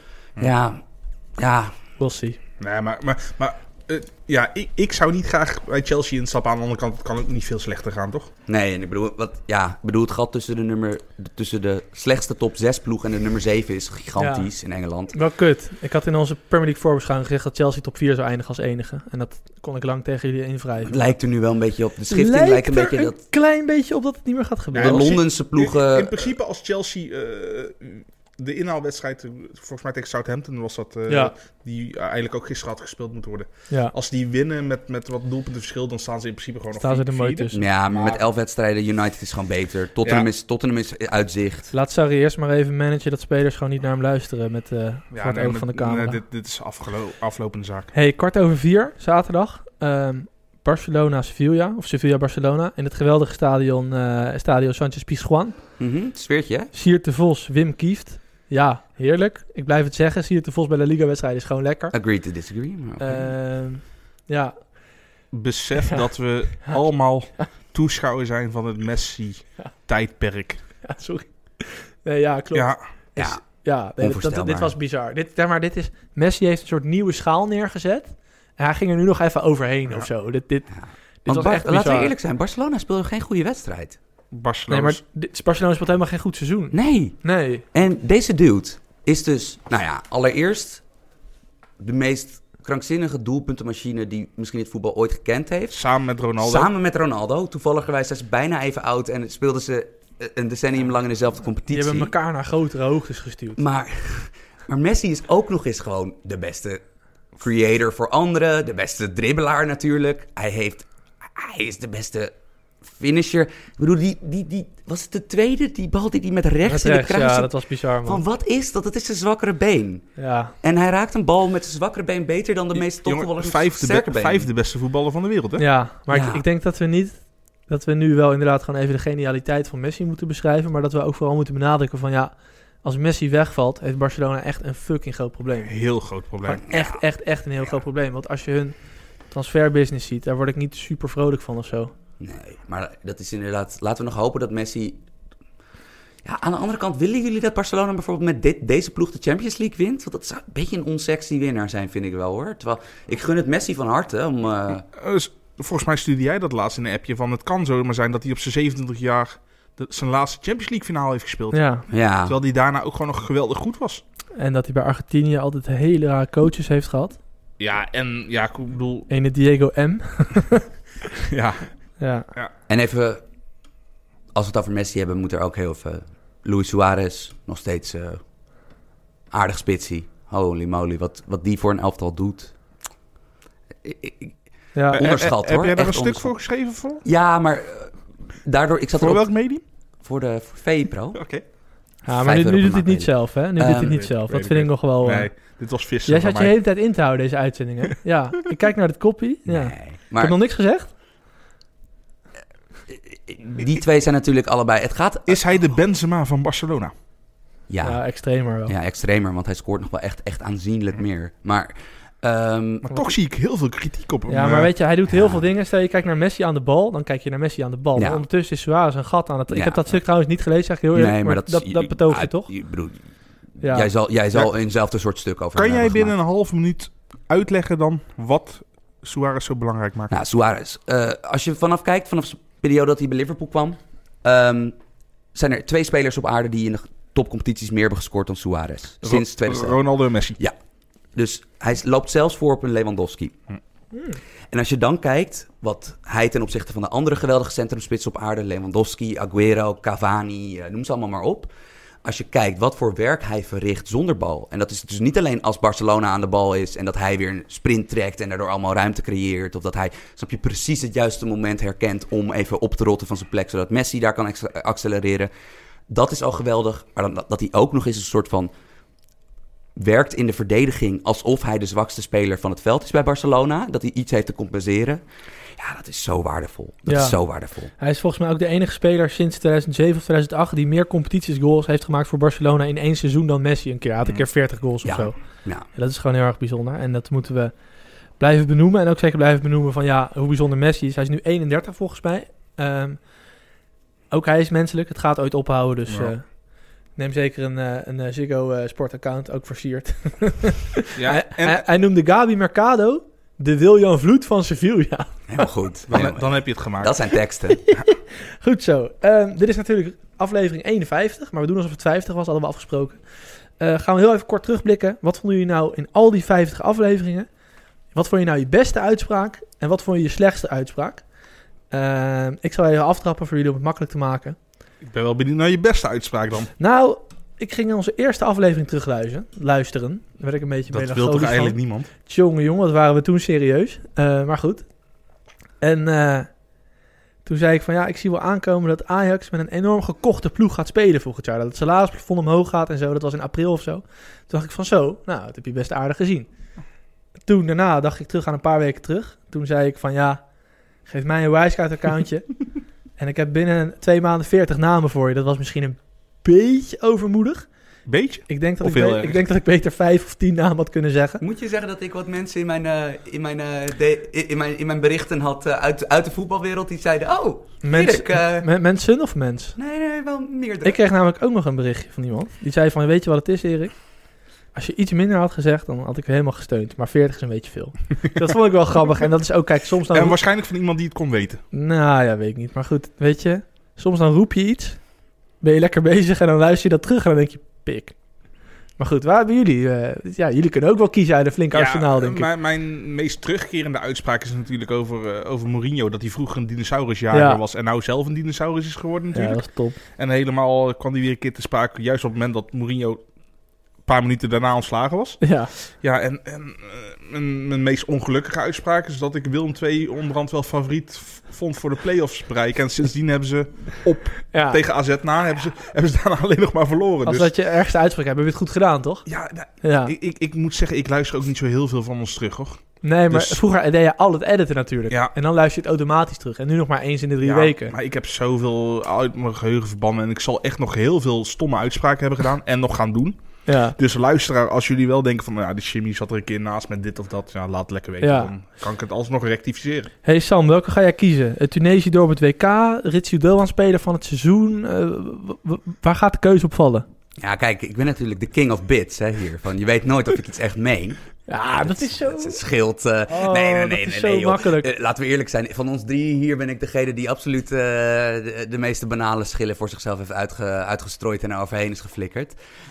Ja, We'll see. Nee, maar ik zou niet graag bij Chelsea instappen. Aan de andere kant kan het niet veel slechter gaan, toch? nee, en ik bedoel, het gat tussen de slechtste top 6 ploeg en de nummer 7 is gigantisch in Engeland. Wel kut. Ik had in onze Premier League voorbeschouwing gezegd dat Chelsea top 4 zou eindigen als enige. En dat kon ik lang tegen jullie invrijven. Het lijkt er nu wel een beetje op. De schifting lijkt een beetje dat... klein beetje op dat het niet meer gaat De gebeuren. Londense ploegen... In principe als Chelsea de inhaalwedstrijd, volgens mij tegen Southampton was dat, die eigenlijk ook gisteren had gespeeld moeten worden. Ja. Als die winnen met wat doelpunten verschil, dan staan ze in principe gewoon Staan ze nog er mooi vierde. tussen. Ja, maar met 11 wedstrijden, United is gewoon beter. Tottenham is uitzicht. Laat Sarri eerst maar even managen dat spelers gewoon niet naar hem luisteren met voor het oog van de camera. Dit is aflopende zaak. Hey, 4:15 zaterdag. Barcelona-Sevilla, of Sevilla-Barcelona. In het geweldige stadion Sánchez-Pizjuán. Sfeertje, hè? Siert de Vos, Wim Kieft. Ja, heerlijk. Ik blijf het zeggen. Siert de Vos bij de Liga-wedstrijd is gewoon lekker. Agree to disagree. Maar oké. Ja. Besef dat we allemaal toeschouwer zijn van het Messi-tijdperk. Ja, sorry. Nee, ja, klopt. Ja, Dit was bizar. Messi heeft een soort nieuwe schaal neergezet. En hij ging er nu nog even overheen of zo. Dit was echt bizar. Laten we eerlijk zijn, Barcelona speelde geen goede wedstrijd. Barcelona. Nee, maar Barcelona speelt helemaal geen goed seizoen. Nee. En deze dude is dus, allereerst de meest krankzinnige doelpuntenmachine die misschien het voetbal ooit gekend heeft. Samen met Ronaldo. Toevalligerwijs zijn ze bijna even oud en speelden ze een decennium lang in dezelfde competitie. Die hebben elkaar naar grotere hoogtes gestuurd. Maar Messi is ook nog eens gewoon de beste creator voor anderen. De beste dribbelaar natuurlijk. Hij is de beste finisher. Ik bedoel, was het de tweede? Die bal die met rechts in de kruis. Ja, dat was bizar, man. Van wat is dat? Dat is zijn zwakkere been. Ja. En hij raakt een bal met zijn zwakkere been beter dan de meeste topvoetballers met sterke been. Vijfde beste voetballer van de wereld, hè? Ja, maar ik denk dat we nu wel inderdaad gewoon even de genialiteit van Messi moeten beschrijven, maar dat we ook vooral moeten benadrukken van als Messi wegvalt, heeft Barcelona echt een fucking groot probleem. Heel groot probleem. Echt een heel groot probleem. Want als je hun transferbusiness ziet, daar word ik niet super vrolijk van of zo. Nee, maar dat is inderdaad... Laten we nog hopen dat Messi... Ja, aan de andere kant, willen jullie dat Barcelona bijvoorbeeld met deze ploeg de Champions League wint? Want dat zou een beetje een onsexy winnaar zijn, vind ik wel, hoor. Terwijl, ik gun het Messi van harte om... Volgens mij stuurde jij dat laatst in een appje van... Het kan zomaar zijn dat hij op zijn 27 jaar zijn laatste Champions League finale heeft gespeeld. Ja. Terwijl hij daarna ook gewoon nog geweldig goed was. En dat hij bij Argentinië altijd hele rare coaches heeft gehad. Ja, en ik bedoel... Ene Diego M. Ja. En even, als we het over Messi hebben, moet er ook heel even... Luis Suarez, nog steeds aardig spitsie. Holy moly, wat die voor een elftal doet. Onderschat, hoor. Heb jij daar een stuk voor geschreven voor? Ja, maar daardoor... Voor welk medium? Voor VE-Pro. Oké. Ja, maar nu doet hij het niet zelf, hè? Nu doet hij het niet zelf. Dat vind ik nog wel... Nee, dit was vissen. Jij zat je hele tijd in te houden, deze uitzending, hè? Ja, ik kijk naar het kopie. Ja. Nee, maar... Ik heb heb nog niks gezegd? Die twee zijn natuurlijk allebei... Is hij de Benzema van Barcelona? Ja, extremer wel. Ja, extremer, want hij scoort nog wel echt aanzienlijk meer. Maar toch zie ik heel veel kritiek op hem. Ja, maar weet je, hij doet heel veel dingen. Stel je kijkt naar Messi aan de bal, dan kijk je naar Messi aan de bal. Ja. Maar ondertussen is Suarez een gat aan het... Ik heb dat stuk trouwens niet gelezen, zeg ik heel eerlijk. Nee, maar dat betoogt je toch? Jij zal eenzelfde soort stuk over Kan jij binnen een half minuut uitleggen dan wat Suarez zo belangrijk maakt? Nou, Suarez. Als je vanaf de periode dat hij bij Liverpool kwam... zijn er 2 spelers op aarde die in de topcompetities meer hebben gescoord dan Suarez. Sinds 2000. Ronaldo en Messi. Ja. Dus hij loopt zelfs voor op een Lewandowski. En als je dan kijkt wat hij ten opzichte van de andere geweldige centrumspitsen op aarde... Lewandowski, Agüero, Cavani, noem ze allemaal maar op... Als je kijkt wat voor werk hij verricht zonder bal... en dat is dus niet alleen als Barcelona aan de bal is... en dat hij weer een sprint trekt en daardoor allemaal ruimte creëert... of dat hij, snap je, precies het juiste moment herkent... om even op te rotten van zijn plek... zodat Messi daar kan accelereren. Dat is al geweldig. Maar dat hij ook nog eens een soort van... werkt in de verdediging alsof hij de zwakste speler van het veld is bij Barcelona. Dat hij iets heeft te compenseren. Ja, dat is zo waardevol. Dat is zo waardevol. Hij is volgens mij ook de enige speler sinds 2007 of 2008... die meer competitiesgoals heeft gemaakt voor Barcelona in 1 seizoen dan Messi een keer. Hij had een keer 40 goals of zo. Ja, dat is gewoon heel erg bijzonder. En dat moeten we blijven benoemen. En ook zeker blijven benoemen van hoe bijzonder Messi is. Hij is nu 31 volgens mij. Ook hij is menselijk. Het gaat ooit ophouden, dus... neem zeker een Ziggo sportaccount, ook versierd. Ja, hij noemde Gabi Mercado de William Vloed van Sevilla. Heel goed. Dan heb je het gemaakt. Dat zijn teksten. Goed zo. Dit is natuurlijk aflevering 51, maar we doen alsof het 50 was, hadden we afgesproken. Gaan we heel even kort terugblikken. Wat vonden jullie nou in al die 50 afleveringen? Wat vond je nou je beste uitspraak? En wat vond je je slechtste uitspraak? Ik zal even aftrappen voor jullie om het makkelijk te maken. Ik ben wel benieuwd naar je beste uitspraak dan. Nou, ik ging onze eerste aflevering terugluisteren. Daar werd ik een beetje melancholisch van. Dat wil toch eigenlijk niemand? Jongen, wat waren we toen serieus. Maar goed. En toen zei ik van ik zie wel aankomen dat Ajax met een enorm gekochte ploeg gaat spelen volgend jaar. Dat het salarisplafond omhoog gaat en zo. Dat was in april of zo. Toen dacht ik van dat heb je best aardig gezien. Toen daarna dacht ik terug aan een paar weken terug. Toen zei ik van geef mij een Wisecout-accountje. En ik heb binnen 2 maanden 40 namen voor je. Dat was misschien een beetje overmoedig. Beetje? Ik denk dat ik beter 5 of 10 namen had kunnen zeggen. Moet je zeggen dat ik wat mensen in mijn berichten had uit de voetbalwereld die zeiden... Mensen of mens? Nee, wel meerdere. Ik kreeg namelijk ook nog een berichtje van iemand. Die zei van, weet je wat het is, Erik? Als je iets minder had gezegd, dan had ik helemaal gesteund. Maar 40 is een beetje veel. Dat vond ik wel grappig. En dat is ook, kijk, soms... En waarschijnlijk van iemand die het kon weten. Nou ja, weet ik niet. Maar goed, weet je... Soms dan roep je iets, ben je lekker bezig en dan luister je dat terug en dan denk je, pik. Maar goed, waar hebben jullie? Jullie kunnen ook wel kiezen uit een flink arsenaal, denk ik. Mijn meest terugkerende uitspraak is natuurlijk over Mourinho. Dat hij vroeger een dinosaurusjager was en nou zelf een dinosaurus is geworden natuurlijk. Ja, dat is top. En helemaal kwam hij weer een keer te sprake, juist op het moment dat Mourinho een paar minuten daarna ontslagen was. Ja. Ja, en mijn meest ongelukkige uitspraak is dat ik Willem II onderhand wel favoriet vond voor de play-offs bereiken. En sindsdien hebben ze tegen AZ hebben ze daarna alleen nog maar verloren. Als dat je ergste uitspraak hebt, heb je het goed gedaan, toch? Ja. Ik moet zeggen, ik luister ook niet zo heel veel van ons terug, hoor. Nee, maar vroeger deed je al het editen natuurlijk. Ja. En dan luister je het automatisch terug. En nu nog maar eens in de 3 weken. Maar ik heb zoveel uit mijn geheugen verbannen. En ik zal echt nog heel veel stomme uitspraken hebben gedaan. En nog gaan doen. Ja. Dus luisteraar, als jullie wel denken van... die Jimmy zat er een keer naast met dit of dat. Ja, laat het lekker weten. Ja. Dan kan ik het alsnog rectificeren. Hey Sam, welke ga jij kiezen? Tunesië door op het WK. Ritsu Doan speler van het seizoen. Waar gaat de keuze op vallen? Ja, kijk, ik ben natuurlijk de king of bits hier. Van, je weet nooit of ik iets echt meen. Ja, dat is zo... Het scheelt... nee, makkelijk. Laten we eerlijk zijn. Van ons 3 hier ben ik degene die absoluut de meeste banale schillen voor zichzelf heeft uitgestrooid en er overheen is geflikkerd.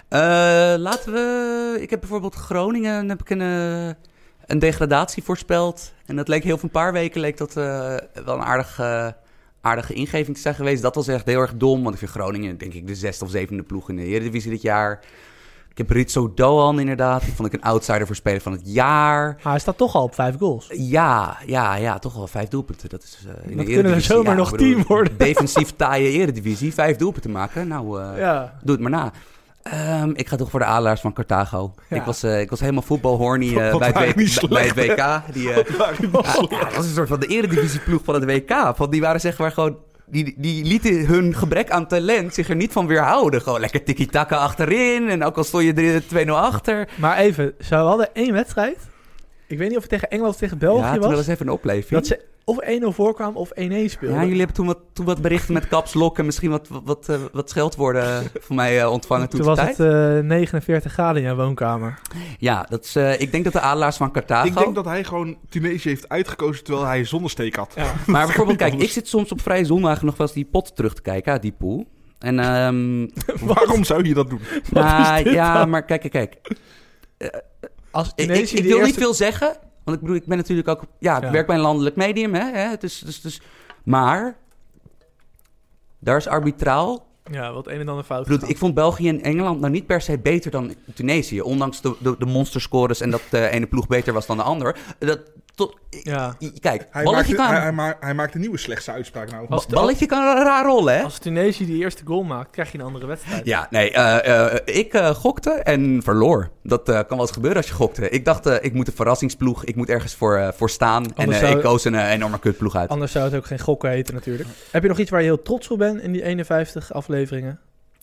Ik heb bijvoorbeeld Groningen een degradatie voorspeld. En dat leek een paar weken leek dat wel een aardige ingeving te zijn geweest. Dat was echt heel erg dom, want ik vind Groningen denk ik de 6e of 7e ploeg in de Eredivisie dit jaar. Ik heb Ritsu Doan inderdaad. Die vond ik een outsider voor speler van het jaar. Maar hij staat toch al op 5 goals. Ja, toch al 5 doelpunten. Dat is in dat de kunnen er zomaar nog 10 worden. Defensief taaie Eredivisie, 5 doelpunten maken. Nou, doe het maar na. Ik ga toch voor de Adelaars van Carthago. Ja. Ik was helemaal voetbalhorny bij het WK. Dat was een soort van de Eredivisieploeg van het WK. Die waren zeg maar gewoon... Die lieten hun gebrek aan talent zich er niet van weerhouden. Gewoon lekker tiki-taka achterin. En ook al stond je 2-0 achter. Maar even, we hadden 1 wedstrijd. Ik weet niet of het tegen Engeland of tegen België was. Ja, toen was even een opleving. Dat ze of 1-0 voorkwamen of 1-1 speelden. Ja, jullie hebben toen wat berichten met caps lock en misschien wat scheldwoorden van mij ontvangen. Toen was het 49 graden in jouw woonkamer. Ja, ik denk dat de Adelaars van Carthago... Ik denk dat hij gewoon Tunesië heeft uitgekozen terwijl hij zonnesteek had. Ja. Maar bijvoorbeeld, kijk, ik zit soms op vrije zondagen nog wel eens die pot terug te kijken uit die pool. En, waarom zou je dat doen? Maar kijk. Als ik wil niet veel zeggen... Want ik bedoel, ik ben natuurlijk ook... Ja, ik werk bij een landelijk medium, hè. Dus, maar... Daar is arbitraal... Ja, wat een en ander fout. Ik vond België en Engeland nou niet per se beter dan Tunesië. Ondanks de monsterscores en dat de ene ploeg beter was dan de ander. Kijk, hij maakt een nieuwe slechtste uitspraak nou. Balletje kan raar rollen, hè? Als Tunesië die eerste goal maakt, krijg je een andere wedstrijd. Ja, nee, ik gokte en verloor. Dat kan wel eens gebeuren als je gokte. Ik dacht, ik moet een verrassingsploeg, ik moet ergens voor staan. Ik koos een enorme kutploeg uit. Anders zou het ook geen gokken heten natuurlijk. Heb je nog iets waar je heel trots op bent in die 51 afleveringen?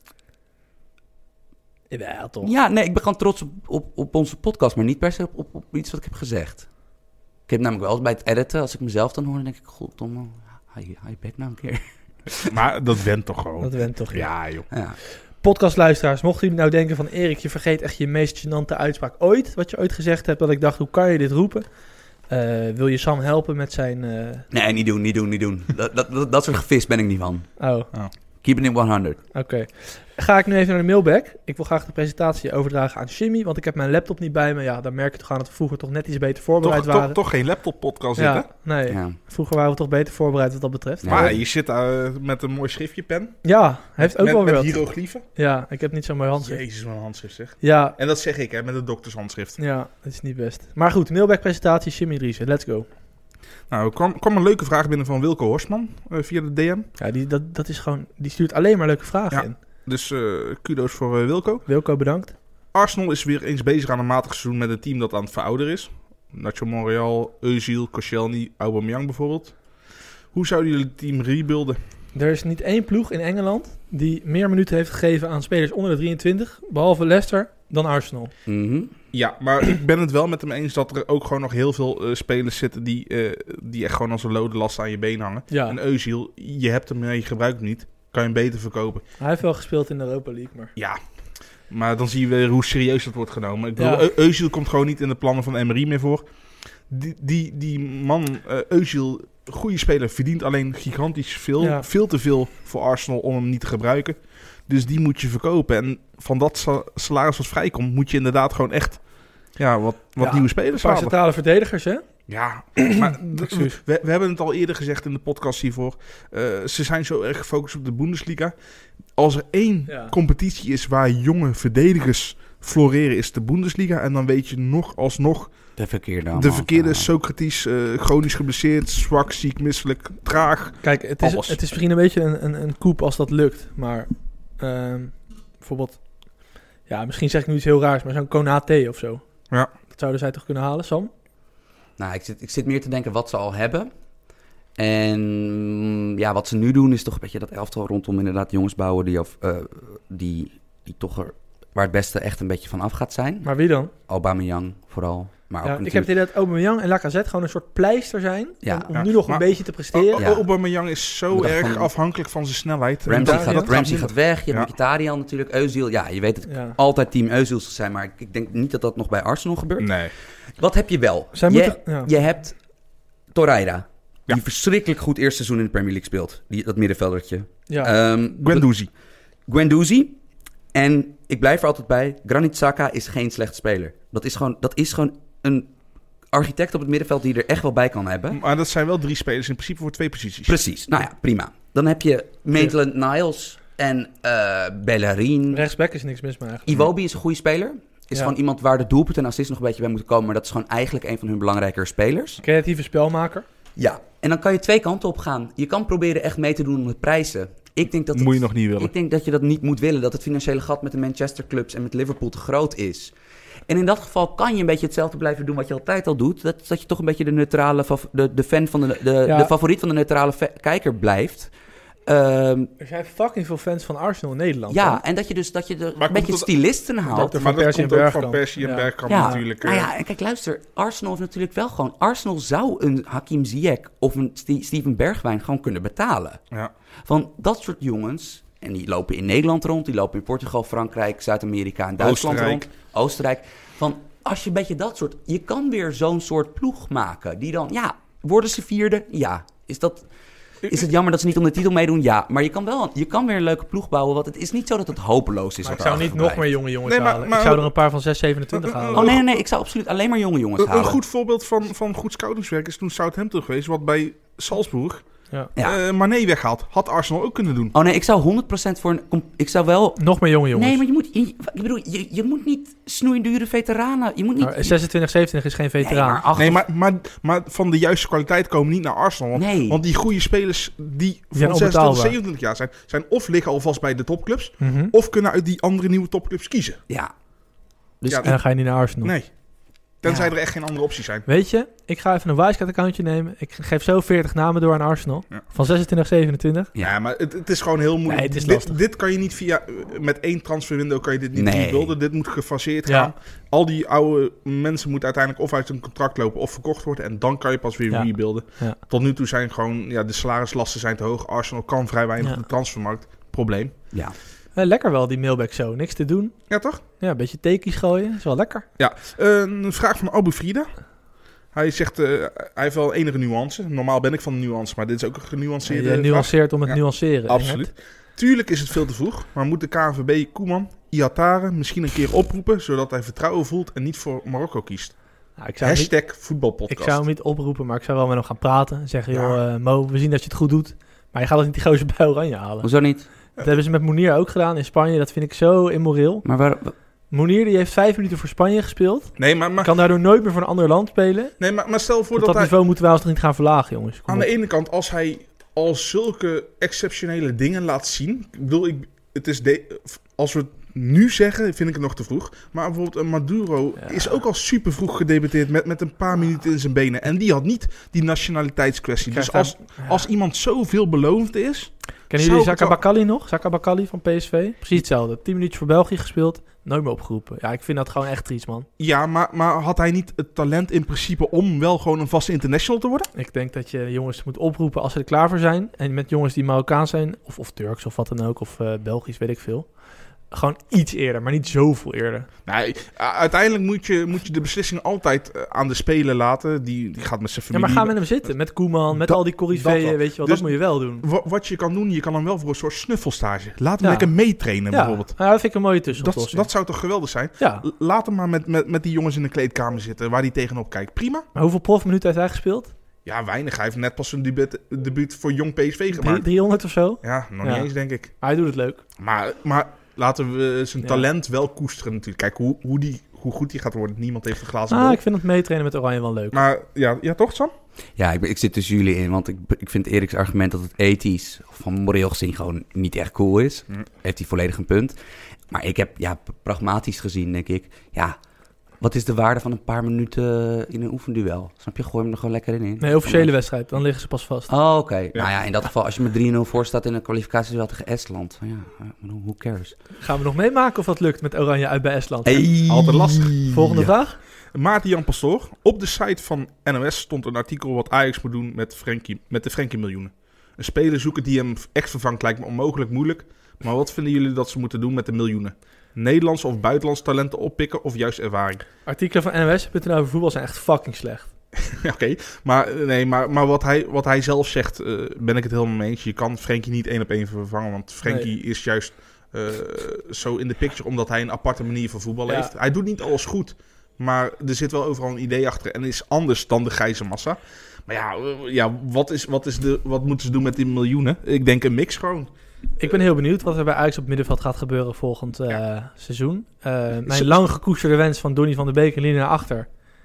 Ja, toch? Ja, nee, ik ben gewoon trots op onze podcast, maar niet per se op iets wat ik heb gezegd. Ik heb namelijk wel eens bij het editen, als ik mezelf dan hoor, dan denk ik, goddomme, hij bek nou een keer. Maar dat went toch gewoon? Dat went toch, ja joh. Ja. Podcastluisteraars, mochten jullie nou denken van Erik, je vergeet echt je meest gênante uitspraak ooit, wat je ooit gezegd hebt, dat ik dacht, hoe kan je dit roepen? Wil je Sam helpen met zijn... Nee, niet doen. Dat soort gevist ben ik niet van. Oh. Keep it in 100. Oké. Ga ik nu even naar de mailback. Ik wil graag de presentatie overdragen aan Jimmy, want ik heb mijn laptop niet bij me. Ja, dan merk je toch aan dat we vroeger toch net iets beter voorbereid waren. Toch geen laptop-podcast zitten? Nee. Ja. Vroeger waren we toch beter voorbereid wat dat betreft. Ja. Maar je zit met een mooi schriftje pen. Ja, heeft ook wel weer met hieroglyphen. Ja, ik heb niet zo'n mooi handschrift. Jezus, wat een handschrift zeg. Ja. En dat zeg ik hè, met een doktershandschrift. Ja, dat is niet best. Maar goed, mailback-presentatie Jimmy Driessen. Let's go. Nou, er kwam een leuke vraag binnen van Wilco Horstman via de DM. Ja, dat is gewoon... Die stuurt alleen maar leuke vragen in. Dus kudo's voor Wilco. Wilco, bedankt. Arsenal is weer eens bezig aan een matig seizoen met een team dat aan het verouderen is. Nacho Monreal, Özil, Koscielny, Aubameyang bijvoorbeeld. Hoe zouden jullie het team rebuilden? Er is niet één ploeg in Engeland die meer minuten heeft gegeven aan spelers onder de 23, behalve Leicester, dan Arsenal. Mm-hmm. Ja, maar ik ben het wel met hem eens dat er ook gewoon nog heel veel spelers zitten die echt gewoon als een lode last aan je been hangen. Ja. En Özil, je hebt hem, je gebruikt hem niet. Kan je hem beter verkopen. Hij heeft wel gespeeld in de Europa League, maar... Ja, maar dan zie je weer hoe serieus dat wordt genomen. Ik bedoel, Özil komt gewoon niet in de plannen van Emery meer voor. Die man, Özil, goede speler, verdient alleen gigantisch veel. Ja. Veel te veel voor Arsenal om hem niet te gebruiken. Dus die moet je verkopen. En van dat salaris wat vrijkomt, moet je inderdaad gewoon echt wat nieuwe spelers Een paar halen. centrale verdedigers, hè? Ja, maar we hebben het al eerder gezegd in de podcast hiervoor. Ze zijn zo erg gefocust op de Bundesliga. Als er één competitie is waar jonge verdedigers floreren, is de Bundesliga. En dan weet je alsnog de verkeerde Socrates, chronisch geblesseerd, zwak, ziek, misselijk, traag. Kijk, het is misschien een beetje een koep als dat lukt. Maar bijvoorbeeld, misschien zeg ik nu iets heel raars, maar zo'n Konate of zo. Ja. Dat zouden zij toch kunnen halen, Sam? Nou, ik zit meer te denken wat ze al hebben. En wat ze nu doen is toch een beetje dat elftal rondom inderdaad jongens bouwen die toch waar het beste echt een beetje van af gaat zijn. Maar wie dan? Aubameyang vooral. Maar ook ik heb het idee dat Aubameyang en Lacazette gewoon een soort pleister zijn om nu nog een beetje te presteren. Aubameyang is zo erg afhankelijk van zijn snelheid. Ramsey gaat weg. Je hebt Mkhitaryan natuurlijk. Özil. Ja, je weet het altijd team Özil zal zijn. Maar ik denk niet dat dat nog bij Arsenal gebeurt. Nee. Wat heb je wel? Je hebt Torreira. Die verschrikkelijk goed eerste seizoen in de Premier League speelt. Dat middenveldertje. Ja. Guendouzi. En ik blijf er altijd bij. Granit Xhaka is geen slechte speler. Dat is gewoon een architect op het middenveld die er echt wel bij kan hebben. Maar dat zijn wel 3 spelers in principe voor 2 posities. Precies. Nou ja, prima. Dan heb je Maitland-Niles en Bellerin. Rechtsback is niks mis mee eigenlijk. Iwobi is een goede speler. Is gewoon iemand waar de doelpunt en assist nog een beetje bij moeten komen. Maar dat is gewoon eigenlijk een van hun belangrijkere spelers. Creatieve spelmaker. Ja. En dan kan je 2 kanten op gaan. Je kan proberen echt mee te doen met prijzen. Ik denk dat moet je nog niet willen. Ik denk dat je dat niet moet willen. Dat het financiële gat met de Manchester clubs en met Liverpool te groot is. En in dat geval kan je een beetje hetzelfde blijven doen wat je altijd al doet. Dat je toch een beetje de neutrale, de fan van de favoriet van de neutrale kijker blijft. Er zijn fucking veel fans van Arsenal in Nederland. Ja, en dat je een beetje stilisten haalt. Maar dat komt ook van Persie en Bergkamp natuurlijk. Nou ja, en kijk, luister. Arsenal heeft natuurlijk wel gewoon... Arsenal zou een Hakim Ziyech of een Steven Bergwijn gewoon kunnen betalen. Ja. Van dat soort jongens... En die lopen in Nederland rond, die lopen in Portugal, Frankrijk, Zuid-Amerika en Duitsland rond. Oostenrijk. Van als je een beetje dat soort... Je kan weer zo'n soort ploeg maken. Die dan, worden ze 4e? Ja. Is het jammer dat ze niet om de titel meedoen? Ja. Maar je kan weer een leuke ploeg bouwen. Want het is niet zo dat het hopeloos is. Maar ik zou niet nog meer jonge jongens halen. Ik zou er een paar van 6-27 halen. Oh nee. Ik zou absoluut alleen maar jonge jongens halen. Een goed voorbeeld van goed scoutingswerk is toen Southampton geweest. Wat bij Salzburg... Mané weghaalt. Had Arsenal ook kunnen doen. Oh nee, ik zou 100% voor ik zou wel... Nog meer jonge jongens. Nee, maar je moet niet snoeidure veteranen... Je moet niet... 26, 27 is geen veteraan. Maar van de juiste kwaliteit komen niet naar Arsenal. Want die goede spelers die van 26, 27 jaar zijn of liggen alvast bij de topclubs... of kunnen uit die andere nieuwe topclubs kiezen. Ja. Dus en dan ga je niet naar Arsenal. Nee. Tenzij er echt geen andere opties zijn. Weet je, ik ga even een Wisecat-accountje nemen. Ik geef zo 40 namen door aan Arsenal. Ja. Van 26, 27. Ja, maar het is gewoon heel moeilijk. Nee, het is lastig. Dit kan je niet met 1 transferwindow kan je dit niet rebuilden. Dit moet gefaseerd gaan. Al die oude mensen moeten uiteindelijk of uit hun contract lopen of verkocht worden. En dan kan je pas weer rebuilden. Ja. Tot nu toe zijn gewoon, de salarislasten zijn te hoog. Arsenal kan vrij weinig op de transfermarkt. Probleem. Ja. Lekker wel, die mailback zo. Niks te doen. Ja, toch? Ja, een beetje tekies gooien. Is wel lekker. Ja, een vraag van Abu Frida. Hij zegt, hij heeft wel enige nuance. Normaal ben ik van de nuance, maar dit is ook een genuanceerde je nuanceert om het nuanceren. Absoluut. Tuurlijk is het veel te vroeg, maar moet de KNVB Koeman, Iatare misschien een keer oproepen, zodat hij vertrouwen voelt en niet voor Marokko kiest? Nou, #voetbalpodcast. Ik zou hem niet oproepen, maar ik zou wel met hem gaan praten. En zeggen, joh, Mo, we zien dat je het goed doet. Maar je gaat ook niet die gozer bij Oranje halen. Hoezo niet? Dat hebben ze met Mounir ook gedaan in Spanje. Dat vind ik zo immoreel. Maar Mounir die heeft 5 minuten voor Spanje gespeeld. Nee, maar kan daardoor nooit meer voor een ander land spelen. Nee, maar stel voor dat niveau moeten wij ons toch niet gaan verlagen, jongens. Aan de ene kant, als hij al zulke exceptionele dingen laat zien. Ik bedoel, als we het nu zeggen, vind ik het nog te vroeg. Maar bijvoorbeeld een Maduro is ook al super vroeg gedebuteerd met een paar minuten in zijn benen. En die had niet die nationaliteitskwestie. Dus als iemand zo veelbelovend is... Kennen jullie Zaka Bakali nog? Zaka Bakali van PSV? Precies hetzelfde. 10 minuutjes voor België gespeeld. Nooit meer opgeroepen. Ja, ik vind dat gewoon echt triest, man. Ja, maar had hij niet het talent in principe om wel gewoon een vaste international te worden? Ik denk dat je jongens moet oproepen als ze er klaar voor zijn. En met jongens die Marokkaans zijn, of Turks of wat dan ook, of Belgisch, weet ik veel. gewoon iets eerder, maar niet zoveel eerder. Nee, uiteindelijk moet je de beslissing altijd aan de speler laten. Die gaat met zijn Ja, familie. maar ga met hem zitten. Met Koeman, met al die corriveeën, weet je wel. Dus dat moet je wel doen. Wat je kan doen, je kan hem wel voor een soort snuffelstage. Laat hem Ja. lekker meetrainen Ja, bijvoorbeeld. nou, dat vind ik een mooie tussenoplossing. Dat zou toch geweldig zijn? Ja, Laat hem maar met die jongens in de kleedkamer zitten, waar hij tegenop kijkt. Prima. maar hoeveel profminuten heeft hij gespeeld? Ja, weinig. Hij heeft net pas zijn debuut voor Jong PSV gemaakt. 300 of zo? Ja, nog Ja. niet eens, denk ik. Maar hij doet het leuk. Maar laten we zijn Ja. talent wel koesteren natuurlijk. Kijk, hoe goed hij gaat worden. Niemand heeft een glazen bol. Nou, ik vind het meetrainen met Oranje wel leuk. Maar ja, toch, Sam? Ja, ik zit tussen jullie in, want ik vind Eriks argument dat het ethisch, van moreel gezien, gewoon niet echt cool is. Heeft hij volledig een punt. Maar ik heb, pragmatisch gezien, denk ik, wat is de waarde van een paar minuten in een oefenduel? Snap je? Gooi hem er gewoon lekker in. Nee, officiële wedstrijd. Dan liggen ze pas vast. Oh, oké. Nou ja, in dat geval, als je met 3-0 voor staat in een kwalificatieduel tegen Estland. Who cares? Gaan we nog meemaken of dat lukt met Oranje uit bij Estland? Altijd lastig. Volgende vraag? Maarten Jan Pastoor. Op de site van NOS stond een artikel wat Ajax moet doen met de Frenkie-miljoenen. Een speler zoeken die hem echt vervangt lijkt me onmogelijk moeilijk. Maar wat vinden jullie dat ze moeten doen met de miljoenen? Nederlandse of buitenlandse talenten oppikken of juist ervaring? Artikelen van NOS.nl over voetbal zijn echt fucking slecht. Oké, maar wat hij zelf zegt, ben ik het helemaal mee eens. Je kan Frenkie niet 1-op-1 vervangen, want Frenkie is juist zo in de picture omdat hij een aparte manier van voetbal heeft. Hij doet niet alles goed, maar er zit wel overal een idee achter en is anders dan de grijze massa. Maar wat moeten ze doen met die miljoenen? Ik denk een mix gewoon. Ik ben heel benieuwd wat er bij Ajax op het middenveld gaat gebeuren volgend seizoen. Mijn lang gekoesterde wens van Donny van der Beek en linie naar achter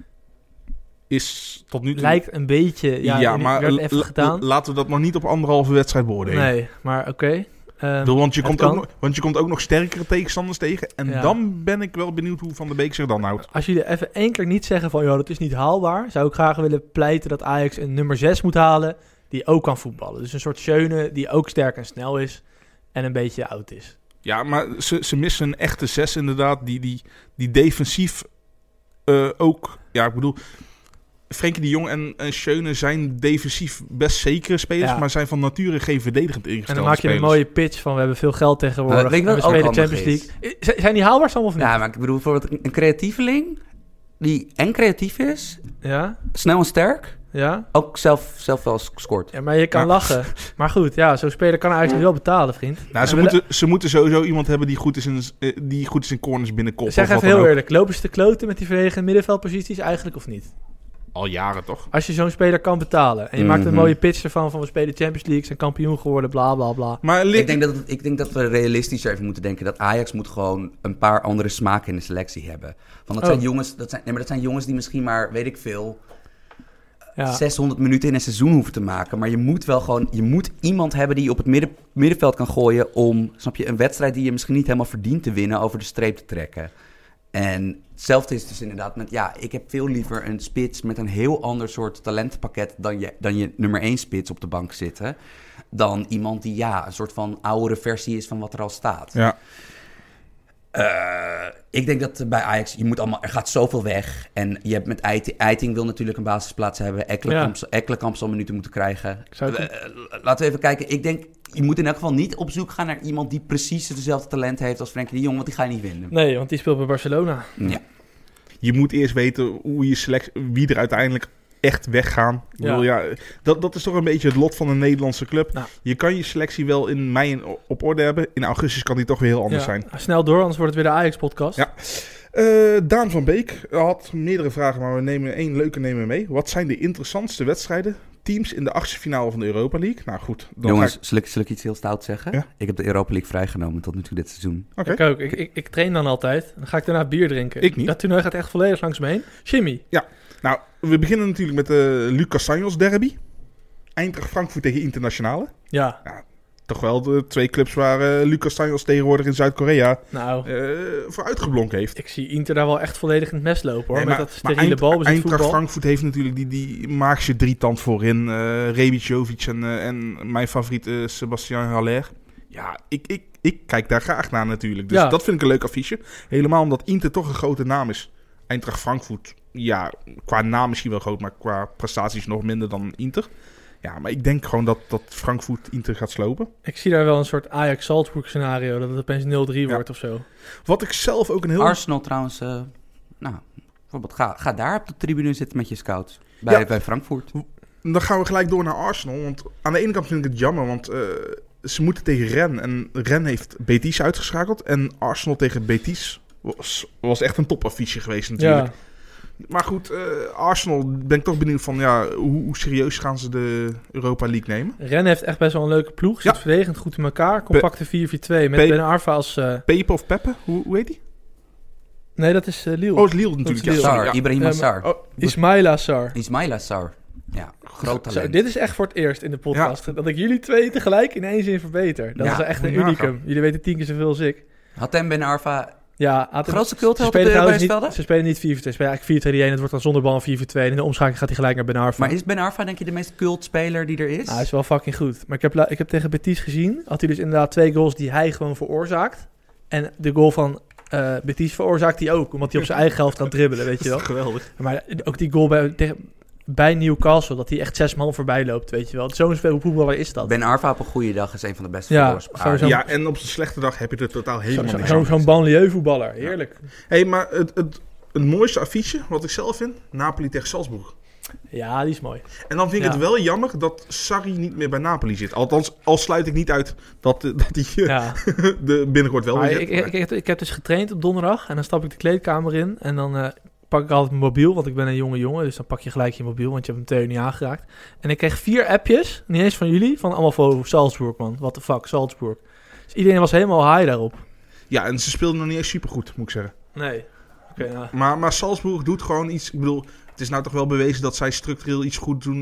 Is tot nu toe... lijkt een beetje... maar werd even gedaan. Laten we dat nog niet op 1,5 wedstrijd beoordelen. Nee, maar oké. Want je komt ook nog sterkere tegenstanders tegen. En dan ben ik wel benieuwd hoe Van der Beek zich dan houdt. Als jullie even één keer niet zeggen van... dat is niet haalbaar... zou ik graag willen pleiten dat Ajax een nummer 6 moet halen... die ook kan voetballen. Dus een soort Schöne die ook sterk en snel is... en een beetje oud is. Ja, maar ze missen een echte 6 inderdaad... die defensief ook... Ja, ik bedoel... Frenkie de Jong en Schöne zijn defensief best zekere spelers... maar zijn van nature geen verdedigend ingestelde En dan maak je spelers. een mooie pitch van... we hebben veel geld tegenwoordig... weet je wat we ook spelen handig Champions League. Zijn die haalbaar, Sam, of niet? Ja, maar ik bedoel, bijvoorbeeld een creatieveling die en creatief is, Ja? snel en sterk, Ja? ook zelf wel scoort. Ja, maar je kan lachen. Maar goed, zo'n speler kan Ajax wel betalen, vriend. Nou, ze moeten sowieso iemand hebben die goed is in corners binnenkoppen. Zeg even heel eerlijk, lopen ze te kloten met die verdedigende middenveldposities eigenlijk of niet? Al jaren toch? Als je zo'n speler kan betalen en je maakt een mooie pitch ervan van we spelen Champions League, zijn kampioen geworden, bla bla bla. Maar ik denk dat we realistischer even moeten denken dat Ajax moet gewoon een paar andere smaken in de selectie hebben. Want dat zijn jongens die misschien maar, weet ik veel, 600 minuten in een seizoen hoeven te maken. Maar je moet wel gewoon, iemand hebben die op het middenveld kan gooien om, snap je, een wedstrijd die je misschien niet helemaal verdient te winnen over de streep te trekken. En hetzelfde is dus inderdaad met... ik heb veel liever een spits met een heel ander soort talentenpakket... dan je nummer 1 spits op de bank zitten. Dan iemand die een soort van oudere versie is van wat er al staat. Ja. Ik denk dat bij Ajax, er gaat zoveel weg. En je hebt met Eiting wil natuurlijk een basisplaats hebben. Ekkelenkamp zal minuten moeten krijgen. Laten we even kijken. Ik denk, je moet in elk geval niet op zoek gaan naar iemand die precies dezelfde talent heeft als Frenkie de Jong. Want die ga je niet vinden. Nee, want die speelt bij Barcelona. Ja. Je moet eerst weten hoe je wie er uiteindelijk echt weggaan. Dat is toch een beetje het lot van een Nederlandse club. Nou. Je kan je selectie wel in mei op orde hebben. In augustus kan die toch weer heel anders zijn. Snel door, anders wordt het weer de Ajax-podcast. Ja. Daan van Beek had meerdere vragen, maar we nemen één leuke mee. Wat zijn de interessantste wedstrijden? Teams in de 8e finale van de Europa League. Nou goed. Jongens, zal ik iets heel stout zeggen? Ja? Ik heb de Europa League vrijgenomen tot nu toe dit seizoen. Okay. Ik ook. Ik train dan altijd. Dan ga ik daarna bier drinken. Ik niet. Dat toernooi gaat echt volledig langs me heen. Jimmy. Ja. Nou, we beginnen natuurlijk met de Lucas Sanjos derby. Eintracht Frankfurt tegen Internationale. Ja. Toch wel de twee clubs waar Lucas Sanjos tegenwoordig in Zuid-Korea voor uitgeblonken heeft. Ik zie Inter daar wel echt volledig in het mes lopen, hoor. Nee, met dat steriele balbezit voetbal. Eintracht Frankfurt heeft natuurlijk die magische drietant voorin. Rebic en mijn favoriet Sebastian Haller. Ja, ik kijk daar graag naar natuurlijk. Dus dat vind ik een leuk affiche. Helemaal omdat Inter toch een grote naam is. Eintracht Frankfurt, qua naam misschien wel groot, maar qua prestaties nog minder dan Inter. Ja, maar ik denk gewoon dat Frankfurt Inter gaat slopen. Ik zie daar wel een soort Ajax-Salzburg scenario, dat het opeens 0-3 wordt of zo. Wat ik zelf ook een heel... Arsenal trouwens, bijvoorbeeld ga daar op de tribune zitten met je scouts. Bij Frankfurt. Dan gaan we gelijk door naar Arsenal. Want aan de ene kant vind ik het jammer, want ze moeten tegen Rennes. En Rennes heeft Betis uitgeschakeld. En Arsenal tegen Betis was echt een topaffiche geweest natuurlijk. Ja. Maar goed, Arsenal ben ik toch benieuwd van hoe serieus gaan ze de Europa League nemen. Rennes heeft echt best wel een leuke ploeg. Zit verdedigend goed in elkaar. Compacte 4-4-2 met Ben Arfa als... Pepe of Peppe? Hoe heet die? Nee, dat is Lille. Oh, het is Lille natuurlijk. Is Lille. Sarr, Ibrahima Sarr. Ismaila Sarr. Ismaila Sarr. Ja, groot talent. Dit is echt voor het eerst in de podcast dat ik jullie twee tegelijk in één zin verbeter. Dat is echt een unicum. Jullie weten 10 keer zoveel als ik. Hatem Ben Arfa... Ja, grootste cultheld op de buitenvelden? Ze spelen niet 4-4-2, ze spelen eigenlijk 4-2-1. Het wordt dan zonder bal 4-4-2. En in de omschakeling gaat hij gelijk naar Ben Arfa. Maar is Ben Arfa denk je de meest cultspeler die er is? Hij is wel fucking goed. Maar ik heb tegen Betis gezien, had hij dus inderdaad 2 goals die hij gewoon veroorzaakt. En de goal van Betis veroorzaakt hij ook, omdat hij op zijn eigen helft kan dribbelen, weet je wel. Geweldig. Maar ook die goal bij Newcastle, dat hij echt 6 man voorbij loopt, weet je wel. Zo'n voetballer is dat. Ben Arfa op een goede dag is een van de beste voetballers. Ja, en op zijn slechte dag heb je er totaal helemaal niks aan. Zo'n banlieue voetballer, heerlijk. Hey, maar het mooiste affiche, wat ik zelf vind, Napoli tegen Salzburg. Ja, die is mooi. En dan vind ik het wel jammer dat Sarri niet meer bij Napoli zit. Althans, al sluit ik niet uit dat hij binnenkort wel weer zit. Ik heb dus getraind op donderdag en dan stap ik de kleedkamer in en dan... pak ik altijd mijn mobiel, want ik ben een jonge jongen. Dus dan pak je gelijk je mobiel, want je hebt hem 2 uur niet aangeraakt. En ik kreeg 4 appjes, niet eens van jullie, van allemaal voor Salzburg, man. What the fuck, Salzburg. Dus iedereen was helemaal high daarop. Ja, en ze speelden nog niet eens supergoed, moet ik zeggen. Nee. Okay, nou. Maar Salzburg doet gewoon iets... Ik bedoel, het is nou toch wel bewezen dat zij structureel iets goed doen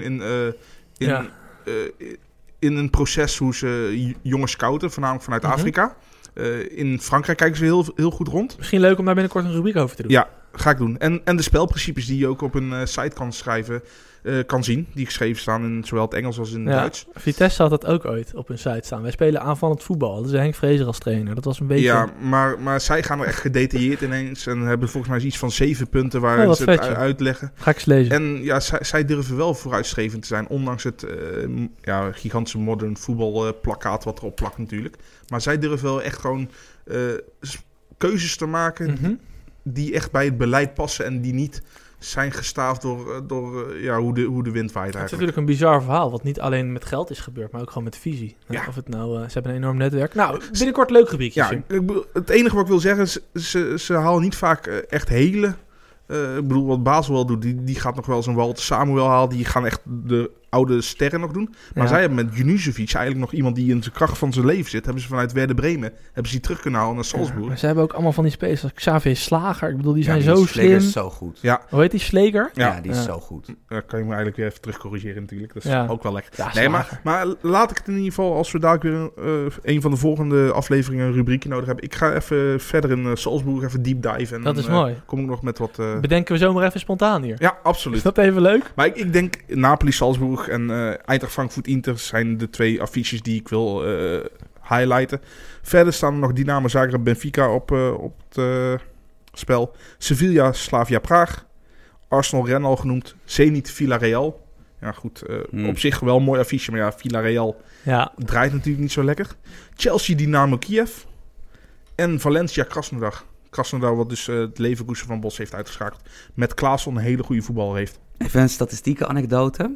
in een proces hoe ze jongens scouten, voornamelijk vanuit Afrika. In Frankrijk kijken ze heel goed rond. Misschien leuk om daar binnenkort een rubriek over te doen. Ja, ga ik doen. En de spelprincipes die je ook op een site kan schrijven, kan zien. Die geschreven staan in zowel het Engels als in het Duits. Vitesse had dat ook ooit op hun site staan. Wij spelen aanvallend voetbal. Dat is Henk Vrezer als trainer. Dat was een beetje... Ja, maar zij gaan er echt gedetailleerd ineens. En hebben volgens mij iets van 7 punten waar ze het uitleggen. Ga ik eens lezen. En ja, zij durven wel vooruitstrevend te zijn. Ondanks het gigantische modern voetbalplakkaat wat erop plakt natuurlijk. Maar zij durven wel echt gewoon keuzes te maken die echt bij het beleid passen. En die niet zijn gestaafd door hoe de wind waait eigenlijk. Het is natuurlijk een bizar verhaal, wat niet alleen met geld is gebeurd, maar ook gewoon met visie. Ja. Of het nou, ze hebben een enorm netwerk. Nou, binnenkort leuk gebiedje. Ja, het enige wat ik wil zeggen is, ze halen niet vaak echt hele... ik bedoel, wat Basel wel doet, die gaat nog wel eens een Walter Samuel halen. Die gaan echt de oude sterren nog doen. Maar zij hebben met Junuzovic eigenlijk nog iemand die in de kracht van zijn leven zit. Hebben ze vanuit Werder Bremen, hebben ze die terug kunnen halen naar Salzburg. Ja, maar ze hebben ook allemaal van die spelers als Xavier Slager. Ik bedoel, die zijn zo slim. Is zo goed. Ja. Hoe heet die, Sleger? Ja, die is zo goed. Kan je me eigenlijk weer even terug corrigeren natuurlijk. Dat is ook wel lekker. Ja, nee, maar laat ik het in ieder geval, als we dadelijk weer een van de volgende afleveringen een rubriekje nodig hebben. Ik ga even verder in Salzburg, even deep dive. En dat is mooi. Kom ik nog met wat... Bedenken we zomaar even spontaan hier. Ja, absoluut. Is dat even leuk? Maar ik denk Napoli, Salzburg en Eintracht Frankfurt Inter zijn de 2 affiches die ik wil highlighten. Verder staan er nog Dynamo Zagreb Benfica op het spel. Sevilla Slavia Praag. Arsenal Rennes al genoemd. Zenit Villarreal. Ja goed, op zich wel een mooi affiche. Maar ja, Villarreal draait natuurlijk niet zo lekker. Chelsea Dynamo Kiev. En Valencia Krasnodar. Krasnodar wat dus het Leverkusen van Bos heeft uitgeschakeld. Met Klaassen een hele goede voetballer heeft. Even een statistieke anekdote.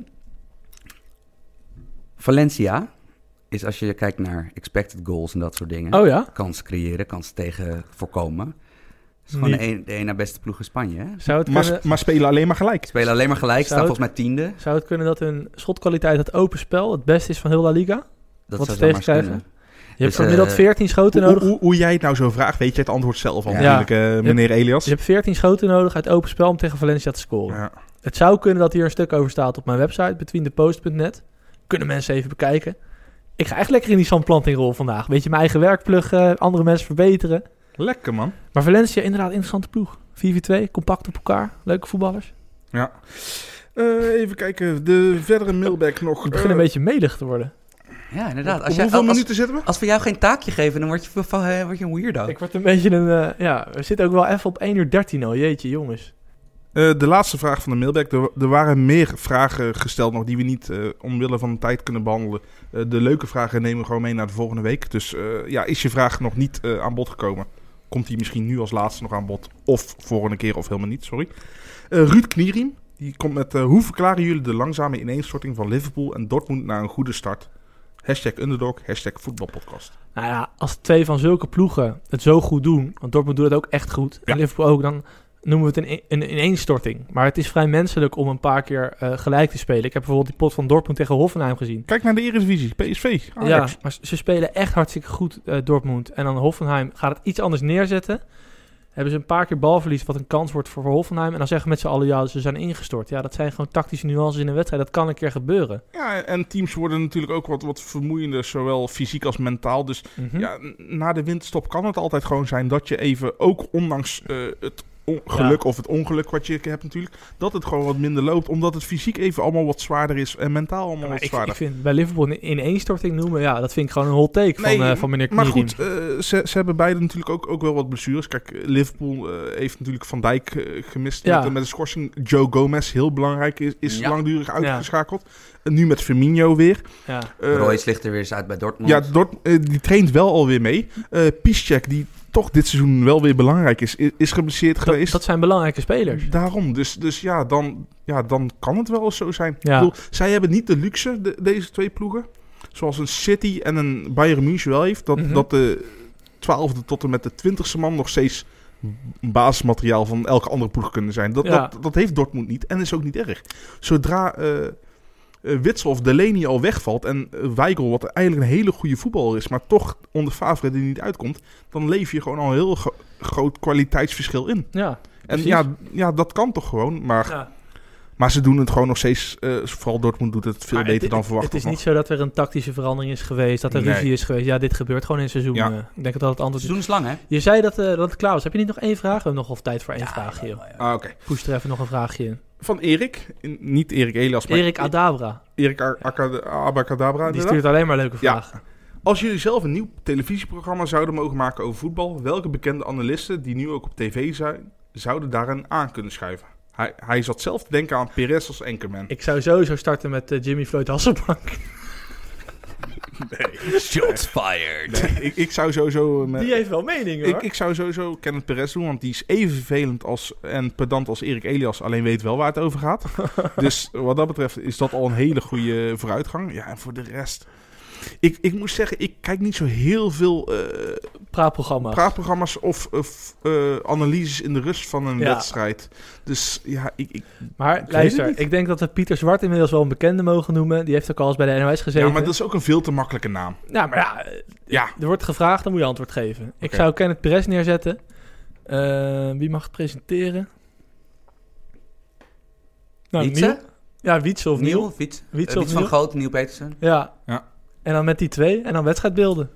Valencia is, als je kijkt naar expected goals en dat soort dingen... Kans creëren, kans tegen voorkomen. Het is gewoon de één na beste ploeg in Spanje. Hè? Maar spelen alleen maar gelijk. Spelen alleen maar gelijk, staan volgens mij 10e. Zou het kunnen dat hun schotkwaliteit, het open spel, het beste is van heel La Liga? Dat zou zomaar kunnen. Je hebt gemiddeld 14 schoten nodig. Hoe jij het nou zo vraagt, weet je het antwoord zelf al natuurlijk, meneer Elias. Je hebt 14 schoten nodig uit open spel om tegen Valencia te scoren. Ja. Het zou kunnen dat hier een stuk over staat op mijn website, betweenthepost.net. Kunnen mensen even bekijken. Ik ga echt lekker in die zandplantingrol vandaag. Weet je, mijn eigen werk pluggen, andere mensen verbeteren. Lekker, man. Maar Valencia, inderdaad, interessante ploeg. 4-4-2, compact op elkaar. Leuke voetballers. Ja. Even kijken, de verdere mailback nog. Het begint een beetje melig te worden. Ja, inderdaad. Hoeveel minuten zitten we? Als we jou geen taakje geven, dan word je een weirdo. Ik word een beetje een... we zitten ook wel even op 1:13 al. Jeetje, jongens. De laatste vraag van de mailback. Er waren meer vragen gesteld nog die we niet omwille van de tijd kunnen behandelen. De leuke vragen nemen we gewoon mee naar de volgende week. Dus is je vraag nog niet aan bod gekomen? Komt die misschien nu als laatste nog aan bod? Of volgende keer of helemaal niet, sorry. Ruud Knieriem, die komt met... hoe verklaren jullie de langzame ineenstorting van Liverpool en Dortmund naar een goede start? #underdog, #voetbalpodcast. Nou ja, als 2 van zulke ploegen het zo goed doen, want Dortmund doet het ook echt goed, en Liverpool ook, dan noemen we het een ineenstorting. Maar het is vrij menselijk om een paar keer gelijk te spelen. Ik heb bijvoorbeeld die pot van Dortmund tegen Hoffenheim gezien. Kijk naar de Eredivisie, PSV, Ajax. Ja, maar ze spelen echt hartstikke goed, Dortmund. En dan Hoffenheim gaat het iets anders neerzetten. Hebben ze een paar keer balverlies wat een kans wordt voor Hoffenheim. En dan zeggen met z'n allen, ja, ze zijn ingestort. Ja, dat zijn gewoon tactische nuances in een wedstrijd. Dat kan een keer gebeuren. Ja, en teams worden natuurlijk ook wat vermoeiender, zowel fysiek als mentaal. Dus na de winterstop kan het altijd gewoon zijn dat je even, ook ondanks het geluk of het ongeluk wat je hebt natuurlijk, dat het gewoon wat minder loopt, omdat het fysiek even allemaal wat zwaarder is en mentaal allemaal wat zwaarder. Ik vind bij Liverpool een ineenstorting noemen, ja, dat vind ik gewoon een hot take van meneer Knieriem. Maar goed, ze hebben beide natuurlijk ook wel wat blessures. Kijk, Liverpool heeft natuurlijk Van Dijk gemist met een schorsing. Joe Gomez, heel belangrijk, is langdurig uitgeschakeld. En nu met Firmino weer. Ja. Royce ligt er weer eens uit bij Dortmund. Ja, die traint wel alweer mee. Piszczek, die toch dit seizoen wel weer belangrijk is geblesseerd geweest. Dat zijn belangrijke spelers. Daarom. Dus dan kan het wel eens zo zijn. Ja. Ik bedoel, zij hebben niet de luxe, deze 2 ploegen. Zoals een City en een Bayern München wel heeft. Dat de 12e tot en met de 20e man nog steeds basismateriaal van elke andere ploeg kunnen zijn. Dat heeft Dortmund niet en is ook niet erg. Zodra Witsel of Delaney al wegvalt en Weigl, wat eigenlijk een hele goede voetballer is, maar toch onder Favre er niet uitkomt, dan leef je gewoon al een heel groot kwaliteitsverschil in. Ja, en ja, dat kan toch gewoon, maar ze doen het gewoon nog steeds, vooral Dortmund doet het veel beter dan verwacht. Het is niet zo dat er een tactische verandering is geweest, dat er ruzie is geweest. Ja, dit gebeurt gewoon in het seizoen. Ja. Ik denk dat het antwoord is. Het seizoen is lang, hè? Je zei dat het klaar was. Heb je niet nog 1 vraag? We hebben nog wel tijd voor 1 vraagje. Ja. Oké. Poes er even nog een vraagje in. Van Erik. Niet Erik Elias, maar Erik Adabra. Erik Abacadabra. Die stuurt alleen maar leuke vragen. Ja. Als jullie zelf een nieuw televisieprogramma zouden mogen maken over voetbal, welke bekende analisten die nu ook op tv zijn, zouden daarin aan kunnen schuiven? Hij zat zelf te denken aan Perez als anchorman. Ik zou sowieso starten met Jimmy Floyd Hasselbank. Nee. Shots fired. Nee, ik zou sowieso... Die heeft wel meningen, hoor. Ik zou sowieso Kenneth Perez doen, want die is even vervelend en pedant als Erik Elias, alleen weet wel waar het over gaat. Dus wat dat betreft is dat al een hele goede vooruitgang. Ja, en voor de rest... Ik moet zeggen, ik kijk niet zo heel veel praatprogramma's of analyses in de rust van een wedstrijd. Dus ja, maar luister, ik denk dat we Pieter Zwart inmiddels wel een bekende mogen noemen. Die heeft ook al eens bij de NOS gezeten. Ja, maar dat is ook een veel te makkelijke naam. Ja, maar er wordt gevraagd, dan moet je antwoord geven. Okay. Ik zou Kenneth Perez neerzetten. Wie mag het presenteren? Wietse? Ja, Wietse of Niel. Wietse van Goot, Niel Petersen. Ja. En dan met die 2 en dan wedstrijdbeelden.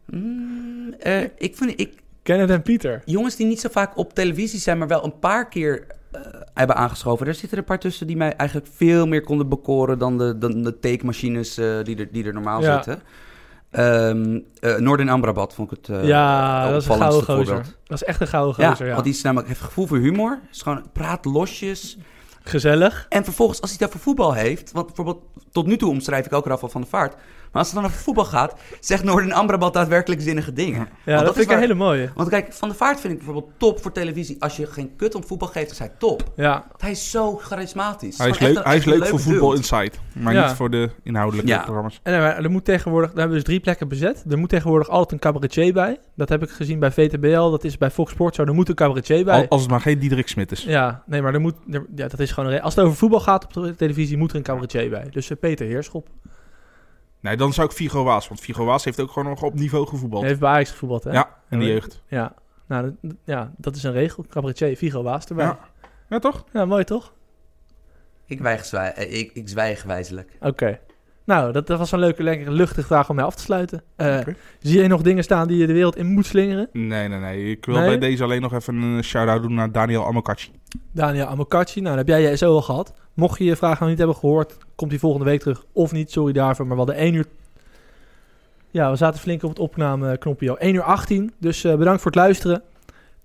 Kenneth en Pieter. Jongens die niet zo vaak op televisie zijn, maar wel een paar keer hebben aangeschoven. Daar zitten er een paar tussen die mij eigenlijk veel meer konden bekoren dan de take-machines die er normaal zitten. Noordin Amrabat vond ik het dat is een gouden gozer. Dat is echt een gouden gozer, want die is namelijk, heeft gevoel voor humor. Is gewoon praat losjes. Gezellig. En vervolgens, als hij het over voetbal heeft, want bijvoorbeeld tot nu toe omschrijf ik ook Rafael van der Vaart, maar als het dan over voetbal gaat, zegt Noordin Amrabat daadwerkelijk zinnige dingen. Ja, dat vind ik een hele mooie. Want kijk, Van der Vaart vind ik bijvoorbeeld top voor televisie. Als je geen kut om voetbal geeft, is hij top. Ja. Hij is zo charismatisch. Hij is leuk voor Voetbal Insight, maar niet voor de inhoudelijke programma's. En er moet tegenwoordig, daar hebben we dus 3 plekken bezet. Er moet tegenwoordig altijd een cabaretier bij. Dat heb ik gezien bij VTBL, dat is bij Fox Sports zo. Er moet een cabaretier bij. Als het maar geen Diederik Smit is. Ja, nee, maar dat is gewoon als het over voetbal gaat op de televisie, moet er een cabaretier bij. Dus Peter Heerschop. Nee, dan zou ik Figo Waas. Want Figo Waas heeft ook gewoon nog op niveau gevoetbald. Hij heeft bij Ajax gevoetbald, hè? Ja, in de jeugd. Ja, nou, dat is een regel. Cabaretier, Figo Waas erbij. Ja, toch? Ja, mooi toch? Ik zwijg wijzelijk. Oké. Nou, dat was een leuke, lekkere, luchtige vraag om mij af te sluiten. Zie je nog dingen staan die je de wereld in moet slingeren? Nee. Ik wil bij deze alleen nog even een shout-out doen naar Daniel Amokachi. Daniel Amokachi, nou, dat heb jij zo al gehad. Mocht je je vraag nog niet hebben gehoord, komt die volgende week terug. Of niet, sorry daarvoor, maar we hadden 1 uur... Ja, we zaten flink op het opnameknopje al. 1:18, dus bedankt voor het luisteren.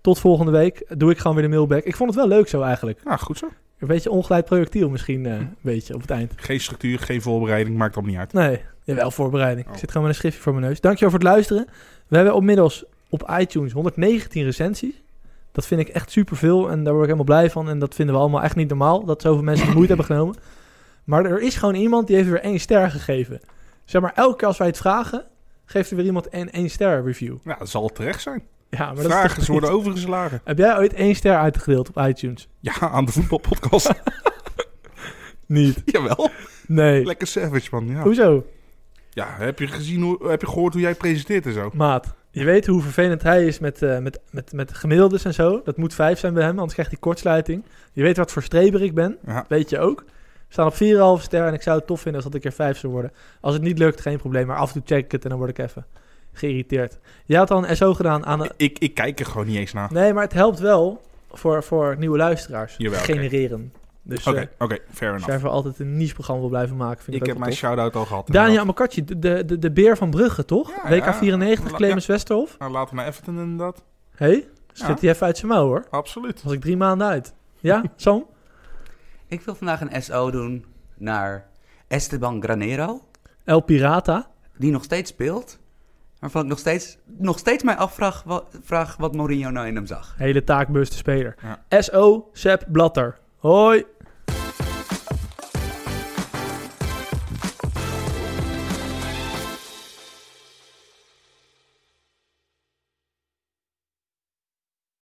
Tot volgende week doe ik gewoon weer de mailback. Ik vond het wel leuk zo eigenlijk. Ja, goed zo. Een beetje ongeleid projectiel misschien, een beetje op het eind. Geen structuur, geen voorbereiding, maakt allemaal niet uit. Nee, wel voorbereiding. Ik zit gewoon met een schriftje voor mijn neus. Dankjewel voor het luisteren. We hebben inmiddels op iTunes 119 recensies. Dat vind ik echt superveel en daar word ik helemaal blij van. En dat vinden we allemaal echt niet normaal, dat zoveel mensen de moeite hebben genomen. Maar er is gewoon iemand die heeft weer 1 ster gegeven. Zeg maar, elke keer als wij het vragen, geeft er weer iemand een 1 ster review. Ja, dat zal terecht zijn. Ja, maar dat Vragen is toch worden niet... overgeslagen. Heb jij ooit 1 ster uitgedeeld op iTunes? Ja, aan de voetbalpodcast. Niet. Jawel. Nee. Lekker savage, man. Ja. Hoezo? Ja, heb je gehoord hoe jij het presenteert en zo? Maat, je weet hoe vervelend hij is met gemiddeldes en zo. Dat moet 5 zijn bij hem, anders krijgt hij kortsluiting. Je weet wat voor streber ik ben. Ja. Weet je ook. We staan op 4,5 ster en ik zou het tof vinden als dat een keer 5 zou worden. Als het niet lukt, geen probleem. Maar af en toe check ik het en dan word ik even geïrriteerd. Jij had al een SO gedaan aan... Ik kijk er gewoon niet eens naar. Nee, maar het helpt wel voor nieuwe luisteraars. Jawel, genereren. Dus Oké, fair enough. als jij altijd een niche-programma wil blijven maken, vind ik Ik ook heb mijn wel tof. shout-out al gehad. Daniel Amokachi, de beer van Brugge, toch? Ja, WK 94, Clemens Westerhof. Nou, laten we naar Everton inderdaad. Hé, schiet hij even uit zijn mouw, hoor. Absoluut. Was ik 3 maanden uit. Ja, Sam? Ik wil vandaag een SO doen naar Esteban Granero, El Pirata. die nog steeds speelt. Waarvan ik nog steeds mij vraag wat Mourinho nou in hem zag. Hele taakbewuste speler. Ja. SO Sepp Blatter. Hoi.